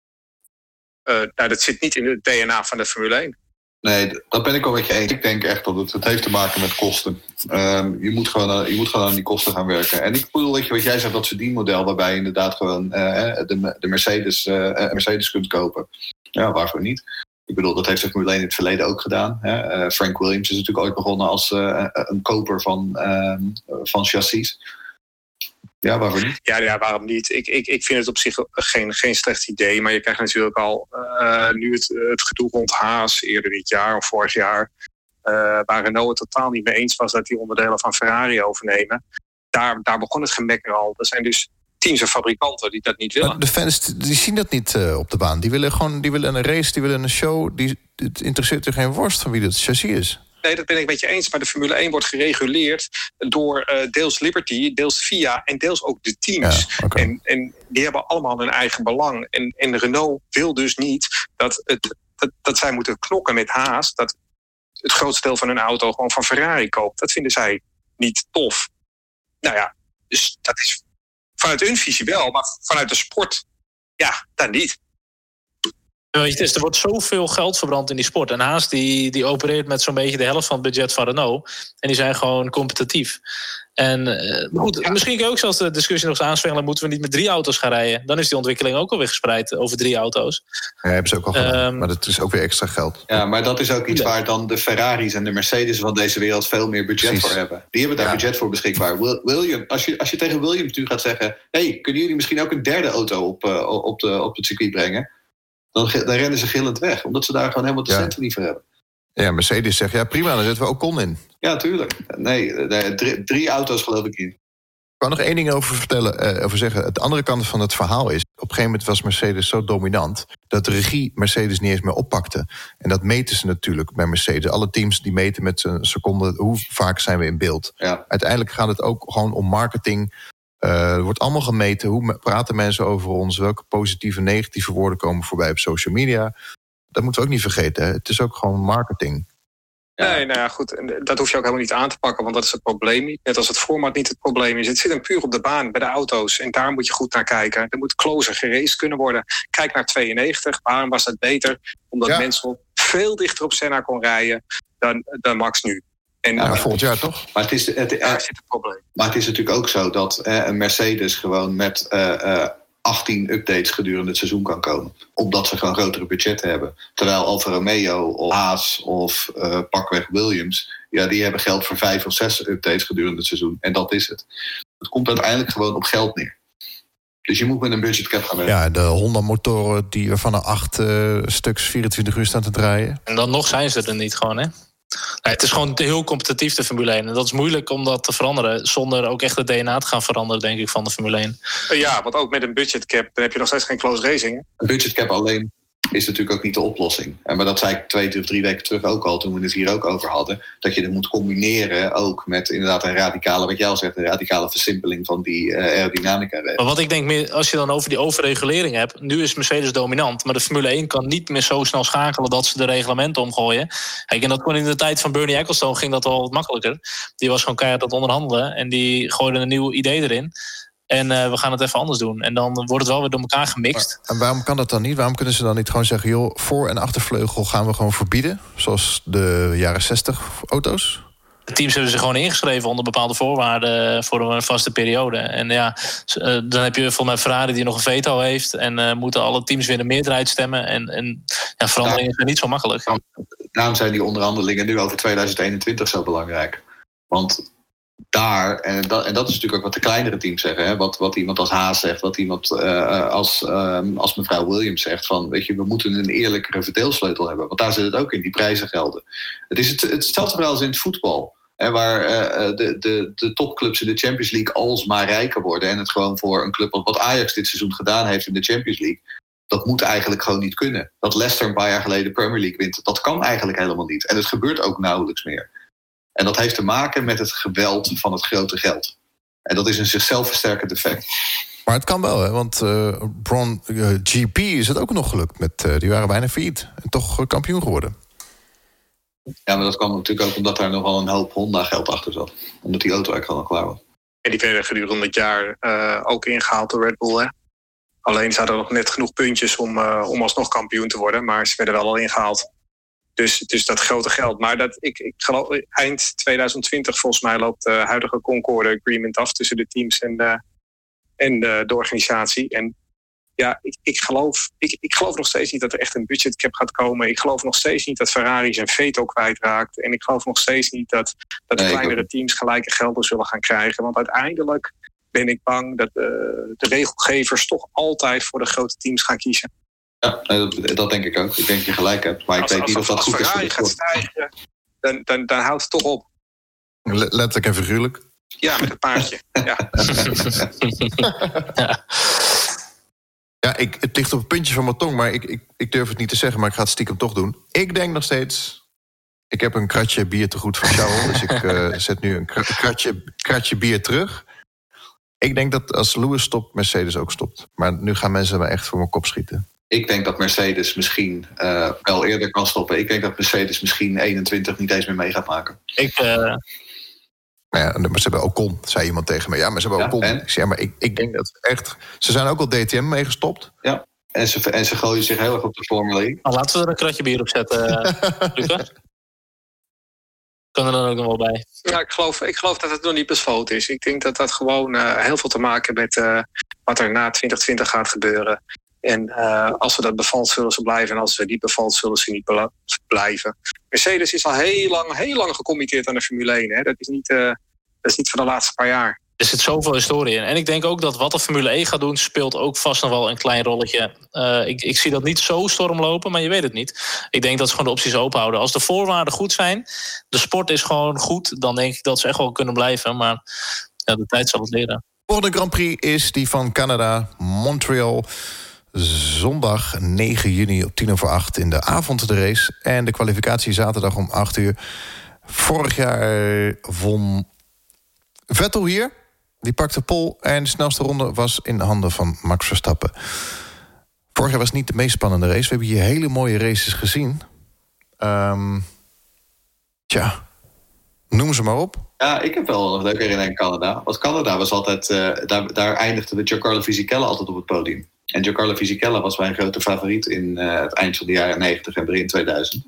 Dat zit niet in het DNA van de Formule 1. Nee, dat ben ik wel met je eens. Ik denk echt dat het heeft te maken met kosten. Je moet gewoon aan die kosten gaan werken. En ik bedoel, weet je, wat jij zegt, dat verdienmodel waarbij je inderdaad gewoon de Mercedes kunt kopen. Ja, waarvoor niet? Ik bedoel, dat heeft de Formule 1 in het verleden ook gedaan. Frank Williams is natuurlijk ooit begonnen als een koper van chassis. Ja, waarvoor niet? Ja, waarom niet? Ik vind het op zich geen slecht idee. Maar je krijgt natuurlijk al nu het gedoe rond Haas eerder dit jaar of vorig jaar. Waar Renault het totaal niet mee eens was dat die onderdelen van Ferrari overnemen. Daar begon het gemekker al. Er zijn dus teams en fabrikanten die dat niet willen. Maar de fans die zien dat niet op de baan. Die willen een race, die willen een show. Het interesseert er geen worst van wie dat chassis is. Nee, dat ben ik met je eens. Maar de Formule 1 wordt gereguleerd door deels Liberty, deels FIA en deels ook de teams. Ja, okay. En die hebben allemaal hun eigen belang. En Renault wil dus niet dat zij moeten knokken met Haas. Dat het grootste deel van hun auto gewoon van Ferrari koopt. Dat vinden zij niet tof. Nou ja, dus dat is vanuit hun visie wel, maar vanuit de sport, ja, dan niet. Er wordt zoveel geld verbrand in die sport. En Haas die opereert met zo'n beetje de helft van het budget van Renault. En die zijn gewoon competitief. En goed, misschien kun je ook zelfs de discussie nog eens aanswengelen. Moeten we niet met 3 auto's gaan rijden? Dan is die ontwikkeling ook alweer gespreid over 3 auto's. Ja, hebben ze ook al gedaan. Maar dat is ook weer extra geld. Ja, maar dat is ook iets waar dan de Ferraris en de Mercedes van deze wereld veel meer budget voor hebben. Die hebben daar budget voor beschikbaar. William, als je tegen Williams nu gaat zeggen, hey, kunnen jullie misschien ook een derde auto op het circuit brengen? Dan rennen ze gillend weg. Omdat ze daar gewoon helemaal de centen niet voor hebben. Ja, Mercedes zegt, ja prima, dan zetten we Ocon in. Ja, tuurlijk. Nee, 3 auto's geloof ik in. Ik kan nog 1 ding over zeggen. De andere kant van het verhaal is, op een gegeven moment was Mercedes zo dominant dat de regie Mercedes niet eens meer oppakte. En dat meten ze natuurlijk bij Mercedes. Alle teams die meten met een seconde hoe vaak zijn we in beeld. Ja. Uiteindelijk gaat het ook gewoon om marketing. Er wordt allemaal gemeten. Hoe praten mensen over ons? Welke positieve en negatieve woorden komen voorbij op social media? Dat moeten we ook niet vergeten. Hè? Het is ook gewoon marketing. Ja. Nee, nou ja, goed. En dat hoef je ook helemaal niet aan te pakken, want dat is het probleem niet. Net als het format niet het probleem is. Het zit hem puur op de baan, bij de auto's. En daar moet je goed naar kijken. Er moet closer geraced kunnen worden. Kijk naar 92. Waarom was dat beter? Omdat mensen veel dichter op Senna kon rijden dan Max nu. En, volgend jaar toch? Maar het is, daar zit het probleem. Maar het is natuurlijk ook zo dat een Mercedes gewoon met 18 updates gedurende het seizoen kan komen. Omdat ze gewoon grotere budgetten hebben. Terwijl Alfa Romeo of Haas of pakweg Williams, ja, die hebben geld voor 5 of 6 updates gedurende het seizoen. En dat is het. Het komt uiteindelijk gewoon op geld neer. Dus je moet met een budgetcap gaan werken. Ja, de Honda-motoren die van 8 stuks 24 uur staan te draaien. En dan nog zijn ze er niet gewoon, hè? Nee, het is gewoon heel competitief, de Formule 1. En dat is moeilijk om dat te veranderen zonder ook echt het DNA te gaan veranderen, denk ik, van de Formule 1. Ja, want ook met een budgetcap dan heb je nog steeds geen close racing. Hè? Een budgetcap alleen is natuurlijk ook niet de oplossing. Maar dat zei ik 2 of 3 weken terug ook al, toen we het hier ook over hadden. Dat je het moet combineren ook met inderdaad een radicale, wat jij al zegt, een radicale versimpeling van die aerodynamica. Maar wat ik denk meer, als je dan over die overregulering hebt, nu is Mercedes dominant, maar de Formule 1 kan niet meer zo snel schakelen dat ze de reglementen omgooien. Kijk, en dat kon in de tijd van Bernie Ecclestone ging dat al wat makkelijker. Die was gewoon keihard aan het onderhandelen en die gooide een nieuw idee erin. En we gaan het even anders doen. En dan wordt het wel weer door elkaar gemixt. En waarom kan dat dan niet? Waarom kunnen ze dan niet gewoon zeggen, joh, voor- en achtervleugel gaan we gewoon verbieden? Zoals de jaren 60 auto's? De teams hebben zich gewoon ingeschreven onder bepaalde voorwaarden voor een vaste periode. En ja, dan heb je volgens mij Ferrari die nog een veto heeft. En moeten alle teams weer een meerderheid stemmen. En verandering is niet zo makkelijk. Daarom zijn die onderhandelingen nu over 2021 zo belangrijk. Want daar, en dat is natuurlijk ook wat de kleinere teams zeggen, hè? Wat iemand als Haas zegt, wat iemand als mevrouw Williams zegt, van weet je, we moeten een eerlijkere verdeelsleutel hebben, want daar zit het ook in, die prijzen gelden. Het is hetzelfde verhaal als in het voetbal, hè, waar de topclubs in de Champions League alsmaar rijker worden en het gewoon voor een club wat Ajax dit seizoen gedaan heeft in de Champions League, dat moet eigenlijk gewoon niet kunnen. Dat Leicester een paar jaar geleden Premier League wint, dat kan eigenlijk helemaal niet. En het gebeurt ook nauwelijks meer. En dat heeft te maken met het geweld van het grote geld. En dat is een zichzelf versterkend effect. Maar het kan wel, hè? Want Braun GP is het ook nog gelukt. Die waren bijna failliet en toch kampioen geworden. Ja, maar dat kwam natuurlijk ook omdat daar nogal een hoop Honda-geld achter zat. Omdat die auto eigenlijk al klaar was. En die werden gedurende het jaar ook ingehaald door Red Bull. Hè? Alleen zaten er nog net genoeg puntjes om alsnog kampioen te worden. Maar ze werden wel al ingehaald. Dus dat grote geld. Maar ik geloof eind 2020 volgens mij loopt de huidige Concorde Agreement af tussen de teams en de organisatie. En ja, ik geloof nog steeds niet dat er echt een budgetcap gaat komen. Ik geloof nog steeds niet dat Ferrari zijn veto kwijtraakt. En ik geloof nog steeds niet dat de kleinere teams gelijke gelden zullen gaan krijgen. Want uiteindelijk ben ik bang dat de regelgevers toch altijd voor de grote teams gaan kiezen. Ja, dat denk ik ook. Ik denk dat je gelijk hebt. Maar ik weet niet of dat goed is. Als Ferrari gaat stijgen, dan houdt het toch op. Letterlijk en figuurlijk. Ja, met het paardje. Ja. Ja, het ligt op het puntje van mijn tong, maar ik durf het niet te zeggen, maar ik ga het stiekem toch doen. Ik denk nog steeds, ik heb een kratje bier te goed van Charles, dus ik zet nu een kratje bier terug. Ik denk dat als Lewis stopt, Mercedes ook stopt. Maar nu gaan mensen me echt voor mijn kop schieten. Ik denk dat Mercedes misschien wel eerder kan stoppen. Ik denk dat Mercedes misschien 21 niet eens meer mee gaat maken. Ja, maar ze hebben Ocon, zei iemand tegen me. Ja, maar ze hebben Ocon. En? Ik zei, maar ik denk dat echt... Ze zijn ook al DTM mee gestopt. Ja, en ze gooien zich heel erg op de Formule 1. Nou, laten we er een kratje bier op zetten, Luca. Kan er dan ook nog wel bij. Ja, ik geloof dat het nog niet besloten is. Ik denk dat dat gewoon heel veel te maken heeft met wat er na 2020 gaat gebeuren. En als ze dat bevalt, zullen ze blijven. En als ze niet bevalt, zullen ze niet blijven. Mercedes is al heel lang gecommitteerd aan de Formule 1. Hè. Dat is niet van de laatste paar jaar. Er zit zoveel historie in. En ik denk ook dat wat de Formule 1 gaat doen, speelt ook vast nog wel een klein rolletje. Ik zie dat niet zo storm lopen, maar je weet het niet. Ik denk dat ze gewoon de opties open houden. Als de voorwaarden goed zijn, de sport is gewoon goed, dan denk ik dat ze echt wel kunnen blijven. Maar ja, de tijd zal het leren. De volgende Grand Prix is die van Canada, Montreal. Zondag 9 juni op 7:50 in de avond de race. En de kwalificatie zaterdag om 8:00. Vorig jaar won Vettel hier. Die pakte pole en de snelste ronde was in de handen van Max Verstappen. Vorig jaar was niet de meest spannende race. We hebben hier hele mooie races gezien. Noem ze maar op. Ja, ik heb wel een leuke herinnering aan Canada. Want Canada was altijd... daar eindigde de Giancarlo Fisichella altijd op het podium. En Giancarlo Fisichella was mijn grote favoriet in het eind van de jaren 90 en begin 2000.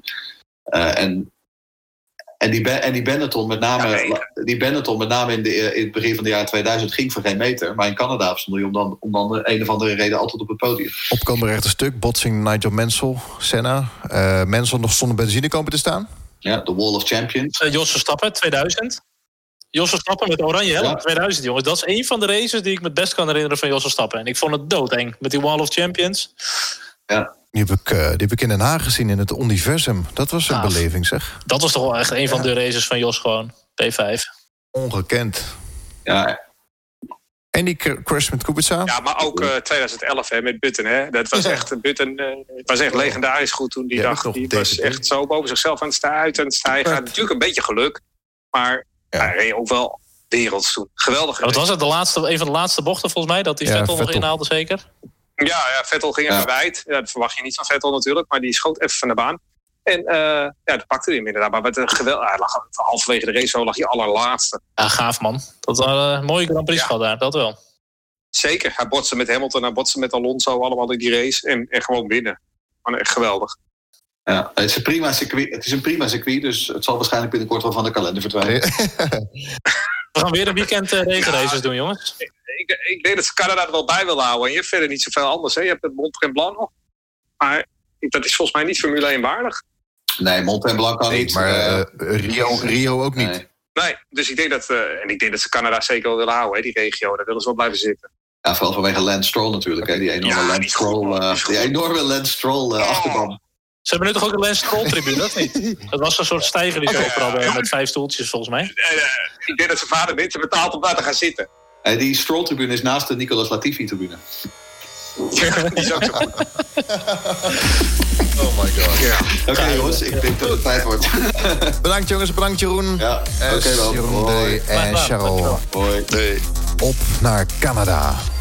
En die Benetton met name in het begin van de jaren 2000 ging voor geen meter. Maar in Canada stond hij om dan een of andere reden altijd op het podium. Opkomen rechte stuk, botsing Nigel Mansell, Senna. Mansell nog zonder benzine komen te staan. Ja, de Wall of Champions. Jos Verstappen, 2000. Jos Verstappen met oranje helm, 2000 jongens. Dat is een van de races die ik me het best kan herinneren van Jos Verstappen. En ik vond het doodeng met die Wall of Champions. Ja. Die heb ik in Den Haag gezien in het Universum. Dat was een beleving, zeg. Dat was toch wel echt een van de races van Jos gewoon. P5. Ongekend. Ja. En die crash met Kubica? Ja, maar ook 2011 met Button. Hè. Dat was echt Button. Het was echt legendarisch goed toen die dag. Die was echt zo boven zichzelf aan het stijgen. Natuurlijk een beetje geluk. Maar hij reed ook wel werelds toen. Geweldig. Wat was het? Een van de laatste bochten volgens mij? Dat die Vettel nog inhaalde zeker? Ja, Vettel ging even wijd. Ja, dat verwacht je niet van Vettel natuurlijk. Maar die schoot even van de baan. En dat pakte hij hem inderdaad. Maar met een geweldig. Hij lag halverwege de race, zo lag hij allerlaatste. Ja, gaaf man. Dat was een mooie Grand Prix gehad daar, dat wel. Zeker. Hij botste met Hamilton, hij botste met Alonso. Allemaal in die race. En gewoon winnen. Maar echt geweldig. Ja, het is een prima circuit. Dus het zal waarschijnlijk binnenkort wel van de kalender verdwijnen. We gaan weer een weekend regenraces doen, jongens. Ik denk dat ze Canada er wel bij willen houden. En je hebt verder niet zoveel anders. Hè? Je hebt het Mont-Tremblant nog. Maar dat is volgens mij niet Formule 1 waardig. Nee, Mont-Tremblant kan niet. Maar Rio ook niet. Nee, dus ik denk dat ze Canada zeker wel willen houden. Hè? Die regio, daar willen ze wel blijven zitten. Ja, vooral vanwege Lance Stroll natuurlijk. Hè? Die enorme Lance Stroll achterban. Ze hebben nu toch ook een Lance Stroll-tribune, dat niet? Dat was een soort steiger die ze overal hadden met 5 stoeltjes volgens mij. Ik denk dat zijn vader mensen betaalt om daar te gaan zitten. Die Stroll-tribune is naast de Nicolas Latifi-tribune. Die is ook zo goed. Oh my god. Ja. Oké, jongens, ik denk dat het tijd wordt. Bedankt jongens, bedankt Jeroen. Ja, oké dan. Jeroen en Charles. Hoi. Op naar Canada.